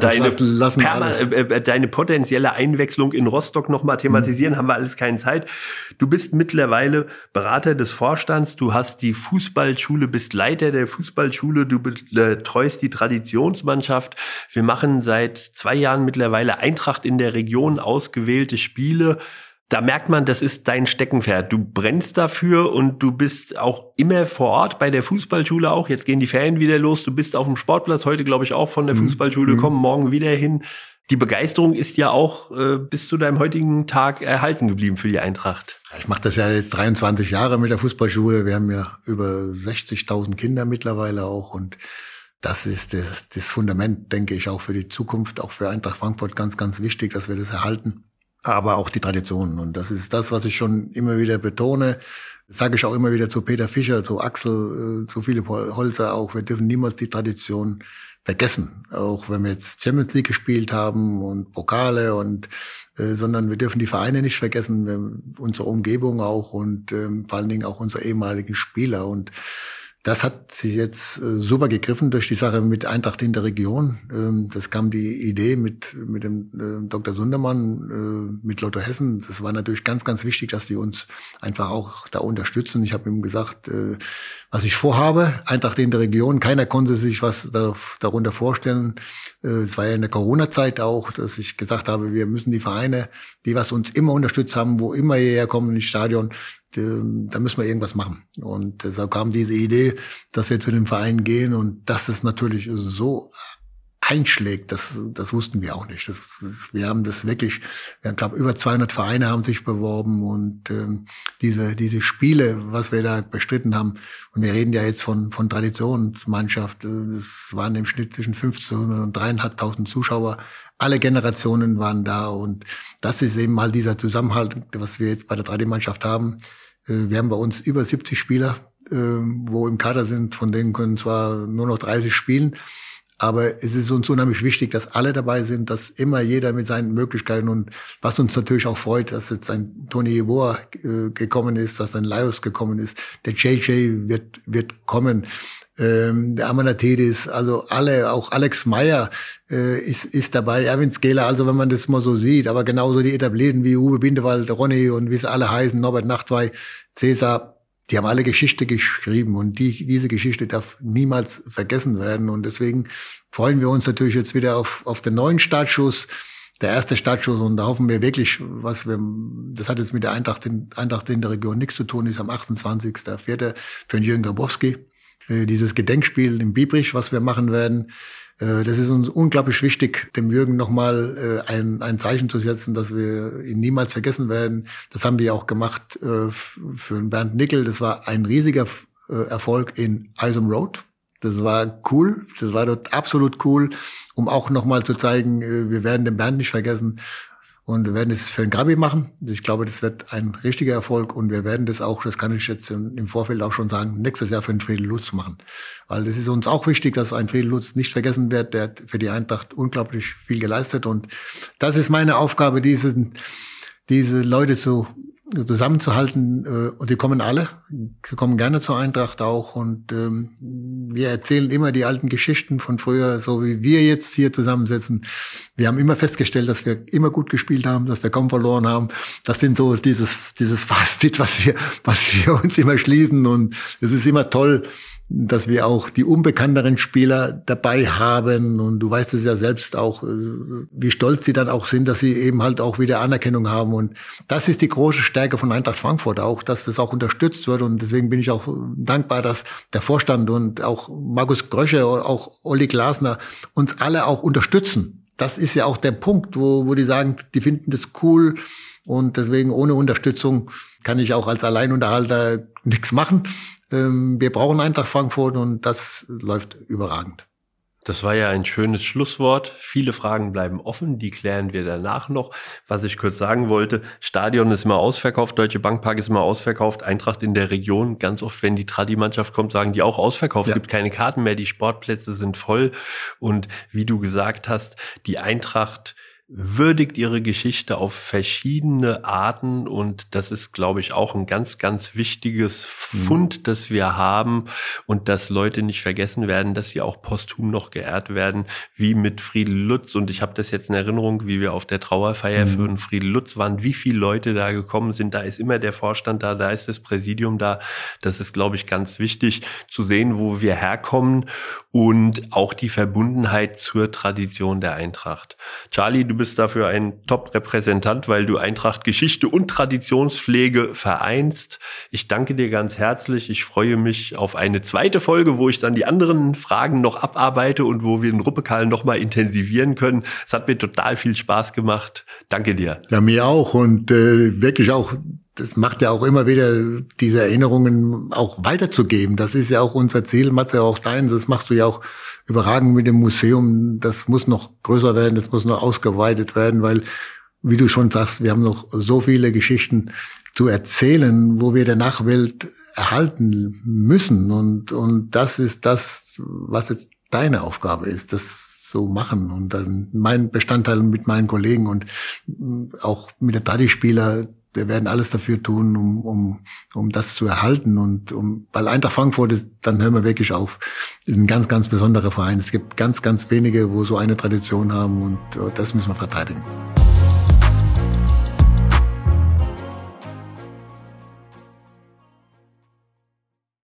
deine potenzielle Einwechslung in Rostock noch mal thematisieren. Haben wir alles keine Zeit. Du bist mittlerweile Berater des Vorstands. Du hast die Fußballschule, bist Leiter der Fußballschule. Du betreust die Traditionsmannschaft. Wir machen seit 2 Jahren mittlerweile Eintracht in der Region, ausgewählte Spiele. Da merkt man, das ist dein Steckenpferd. Du brennst dafür und du bist auch immer vor Ort bei der Fußballschule auch. Jetzt gehen die Ferien wieder los. Du bist auf dem Sportplatz heute, glaube ich, auch von der Fußballschule gekommen, morgen wieder hin. Die Begeisterung ist ja auch bis zu deinem heutigen Tag erhalten geblieben für die Eintracht. Ich mache das ja jetzt 23 Jahre mit der Fußballschule. Wir haben ja über 60.000 Kinder mittlerweile auch und das ist das Fundament, denke ich, auch für die Zukunft, auch für Eintracht Frankfurt ganz, ganz wichtig, dass wir das erhalten. Aber auch die Traditionen. Und das ist das, was ich schon immer wieder betone. Das sage ich auch immer wieder zu Peter Fischer, zu Axel, zu Philipp Holzer auch. Wir dürfen niemals die Tradition vergessen. Auch wenn wir jetzt Champions League gespielt haben und Pokale sondern wir dürfen die Vereine nicht vergessen, unsere Umgebung auch und vor allen Dingen auch unsere ehemaligen Spieler. Und das hat sich jetzt super gegriffen durch die Sache mit Eintracht in der Region. Das kam die Idee mit dem Dr. Sundermann, mit Lotto Hessen. Das war natürlich ganz, ganz wichtig, dass die uns einfach auch da unterstützen. Ich habe ihm gesagt, was ich vorhabe, Eintracht in der Region. Keiner konnte sich was darunter vorstellen. Es war ja in der Corona-Zeit auch, dass ich gesagt habe, wir müssen die Vereine, die was uns immer unterstützt haben, wo immer hierher kommen ins Stadion, da müssen wir irgendwas machen. Und so kam diese Idee, dass wir zu dem Verein gehen und dass es natürlich so einschlägt, das wussten wir auch nicht. Wir haben das wirklich, ich glaube, über 200 Vereine haben sich beworben und diese Spiele, was wir da bestritten haben, und wir reden ja jetzt von Traditionsmannschaft, das waren im Schnitt zwischen 1500 und 3.500 Zuschauer. Alle Generationen waren da und das ist eben mal dieser Zusammenhalt, was wir jetzt bei der 3D-Mannschaft haben. Wir haben bei uns über 70 Spieler, wo im Kader sind, von denen können zwar nur noch 30 spielen, aber es ist uns unheimlich wichtig, dass alle dabei sind, dass immer jeder mit seinen Möglichkeiten und was uns natürlich auch freut, dass jetzt ein Toni Yeboah gekommen ist, dass ein Laios gekommen ist, der JJ wird kommen. Der Amanatidis, also alle, auch Alex Meyer ist dabei, Erwin Skeler, also wenn man das mal so sieht, aber genauso die Etablierten wie Uwe Bindewald, Ronny und wie sie alle heißen, Norbert Nachtwey, Cäsar, die haben alle Geschichte geschrieben und diese Geschichte darf niemals vergessen werden und deswegen freuen wir uns natürlich jetzt wieder auf den neuen Startschuss, der erste Startschuss und da hoffen wir wirklich, das hat jetzt mit der Eintracht in der Region nichts zu tun, ist am 28.04. für den Jürgen Grabowski. Dieses Gedenkspiel in Biebrich, was wir machen werden, das ist uns unglaublich wichtig, dem Jürgen nochmal ein Zeichen zu setzen, dass wir ihn niemals vergessen werden. Das haben wir auch gemacht für den Bernd Nickel. Das war ein riesiger Erfolg in Isom Road. Das war cool, das war dort absolut cool, um auch nochmal zu zeigen, wir werden den Bernd nicht vergessen. Und wir werden es für den Gabi machen. Ich glaube, das wird ein richtiger Erfolg. Und wir werden das auch, das kann ich jetzt im Vorfeld auch schon sagen, nächstes Jahr für den Friedel Lutz machen. Weil es ist uns auch wichtig, dass ein Friedel Lutz nicht vergessen wird. Der hat für die Eintracht unglaublich viel geleistet. Und das ist meine Aufgabe, diese Leute zusammenzuhalten. Und die kommen alle. Sie kommen gerne zur Eintracht auch. Und wir erzählen immer die alten Geschichten von früher, so wie wir jetzt hier zusammensitzen. Wir haben immer festgestellt, dass wir immer gut gespielt haben, dass wir kaum verloren haben. Das sind so dieses Fazit, was wir uns immer schließen. Und es ist immer toll, dass wir auch die unbekannteren Spieler dabei haben. Und du weißt es ja selbst auch, wie stolz sie dann auch sind, dass sie eben halt auch wieder Anerkennung haben. Und das ist die große Stärke von Eintracht Frankfurt auch, dass das auch unterstützt wird. Und deswegen bin ich auch dankbar, dass der Vorstand und auch Markus Grösche, auch Olli Glasner uns alle auch unterstützen. Das ist ja auch der Punkt, wo die sagen, die finden das cool. Und deswegen ohne Unterstützung kann ich auch als Alleinunterhalter nichts machen. Wir brauchen Eintracht Frankfurt und das läuft überragend. Das war ja ein schönes Schlusswort. Viele Fragen bleiben offen, die klären wir danach noch. Was ich kurz sagen wollte, Stadion ist immer ausverkauft, Deutsche Bank Park ist immer ausverkauft, Eintracht in der Region. Ganz oft, wenn die Tradi-Mannschaft kommt, sagen die auch ausverkauft, ja. Gibt keine Karten mehr, die Sportplätze sind voll. Und wie du gesagt hast, die Eintracht würdigt ihre Geschichte auf verschiedene Arten und das ist, glaube ich, auch ein ganz, ganz wichtiges Fund, das wir haben und dass Leute nicht vergessen werden, dass sie auch posthum noch geehrt werden, wie mit Friedel Lutz. Und ich habe das jetzt in Erinnerung, wie wir auf der Trauerfeier für Friedel Lutz waren, wie viele Leute da gekommen sind. Da ist immer der Vorstand da ist das Präsidium da. Das ist, glaube ich, ganz wichtig zu sehen, wo wir herkommen und auch die Verbundenheit zur Tradition der Eintracht. Charlie, du bist dafür ein Top-Repräsentant, weil du Eintracht Geschichte und Traditionspflege vereinst. Ich danke dir ganz herzlich. Ich freue mich auf eine zweite Folge, wo ich dann die anderen Fragen noch abarbeite und wo wir den Ruppekarl noch mal intensivieren können. Es hat mir total viel Spaß gemacht. Danke dir. Ja, mir auch und wirklich auch. Das macht ja auch immer wieder, diese Erinnerungen auch weiterzugeben. Das ist ja auch unser Ziel, Matze, auch deins. Das machst du ja auch überragend mit dem Museum. Das muss noch größer werden, das muss noch ausgeweitet werden, weil, wie du schon sagst, wir haben noch so viele Geschichten zu erzählen, wo wir der Nachwelt erhalten müssen. Und das ist das, was jetzt deine Aufgabe ist, das so machen. Und dann mein Bestandteil mit meinen Kollegen und auch mit der Tradi-Spieler, wir werden alles dafür tun, um das zu erhalten und weil Eintracht Frankfurt ist, dann hören wir wirklich auf. Ist ein ganz, ganz besonderer Verein. Es gibt ganz, ganz wenige, wo so eine Tradition haben und das müssen wir verteidigen.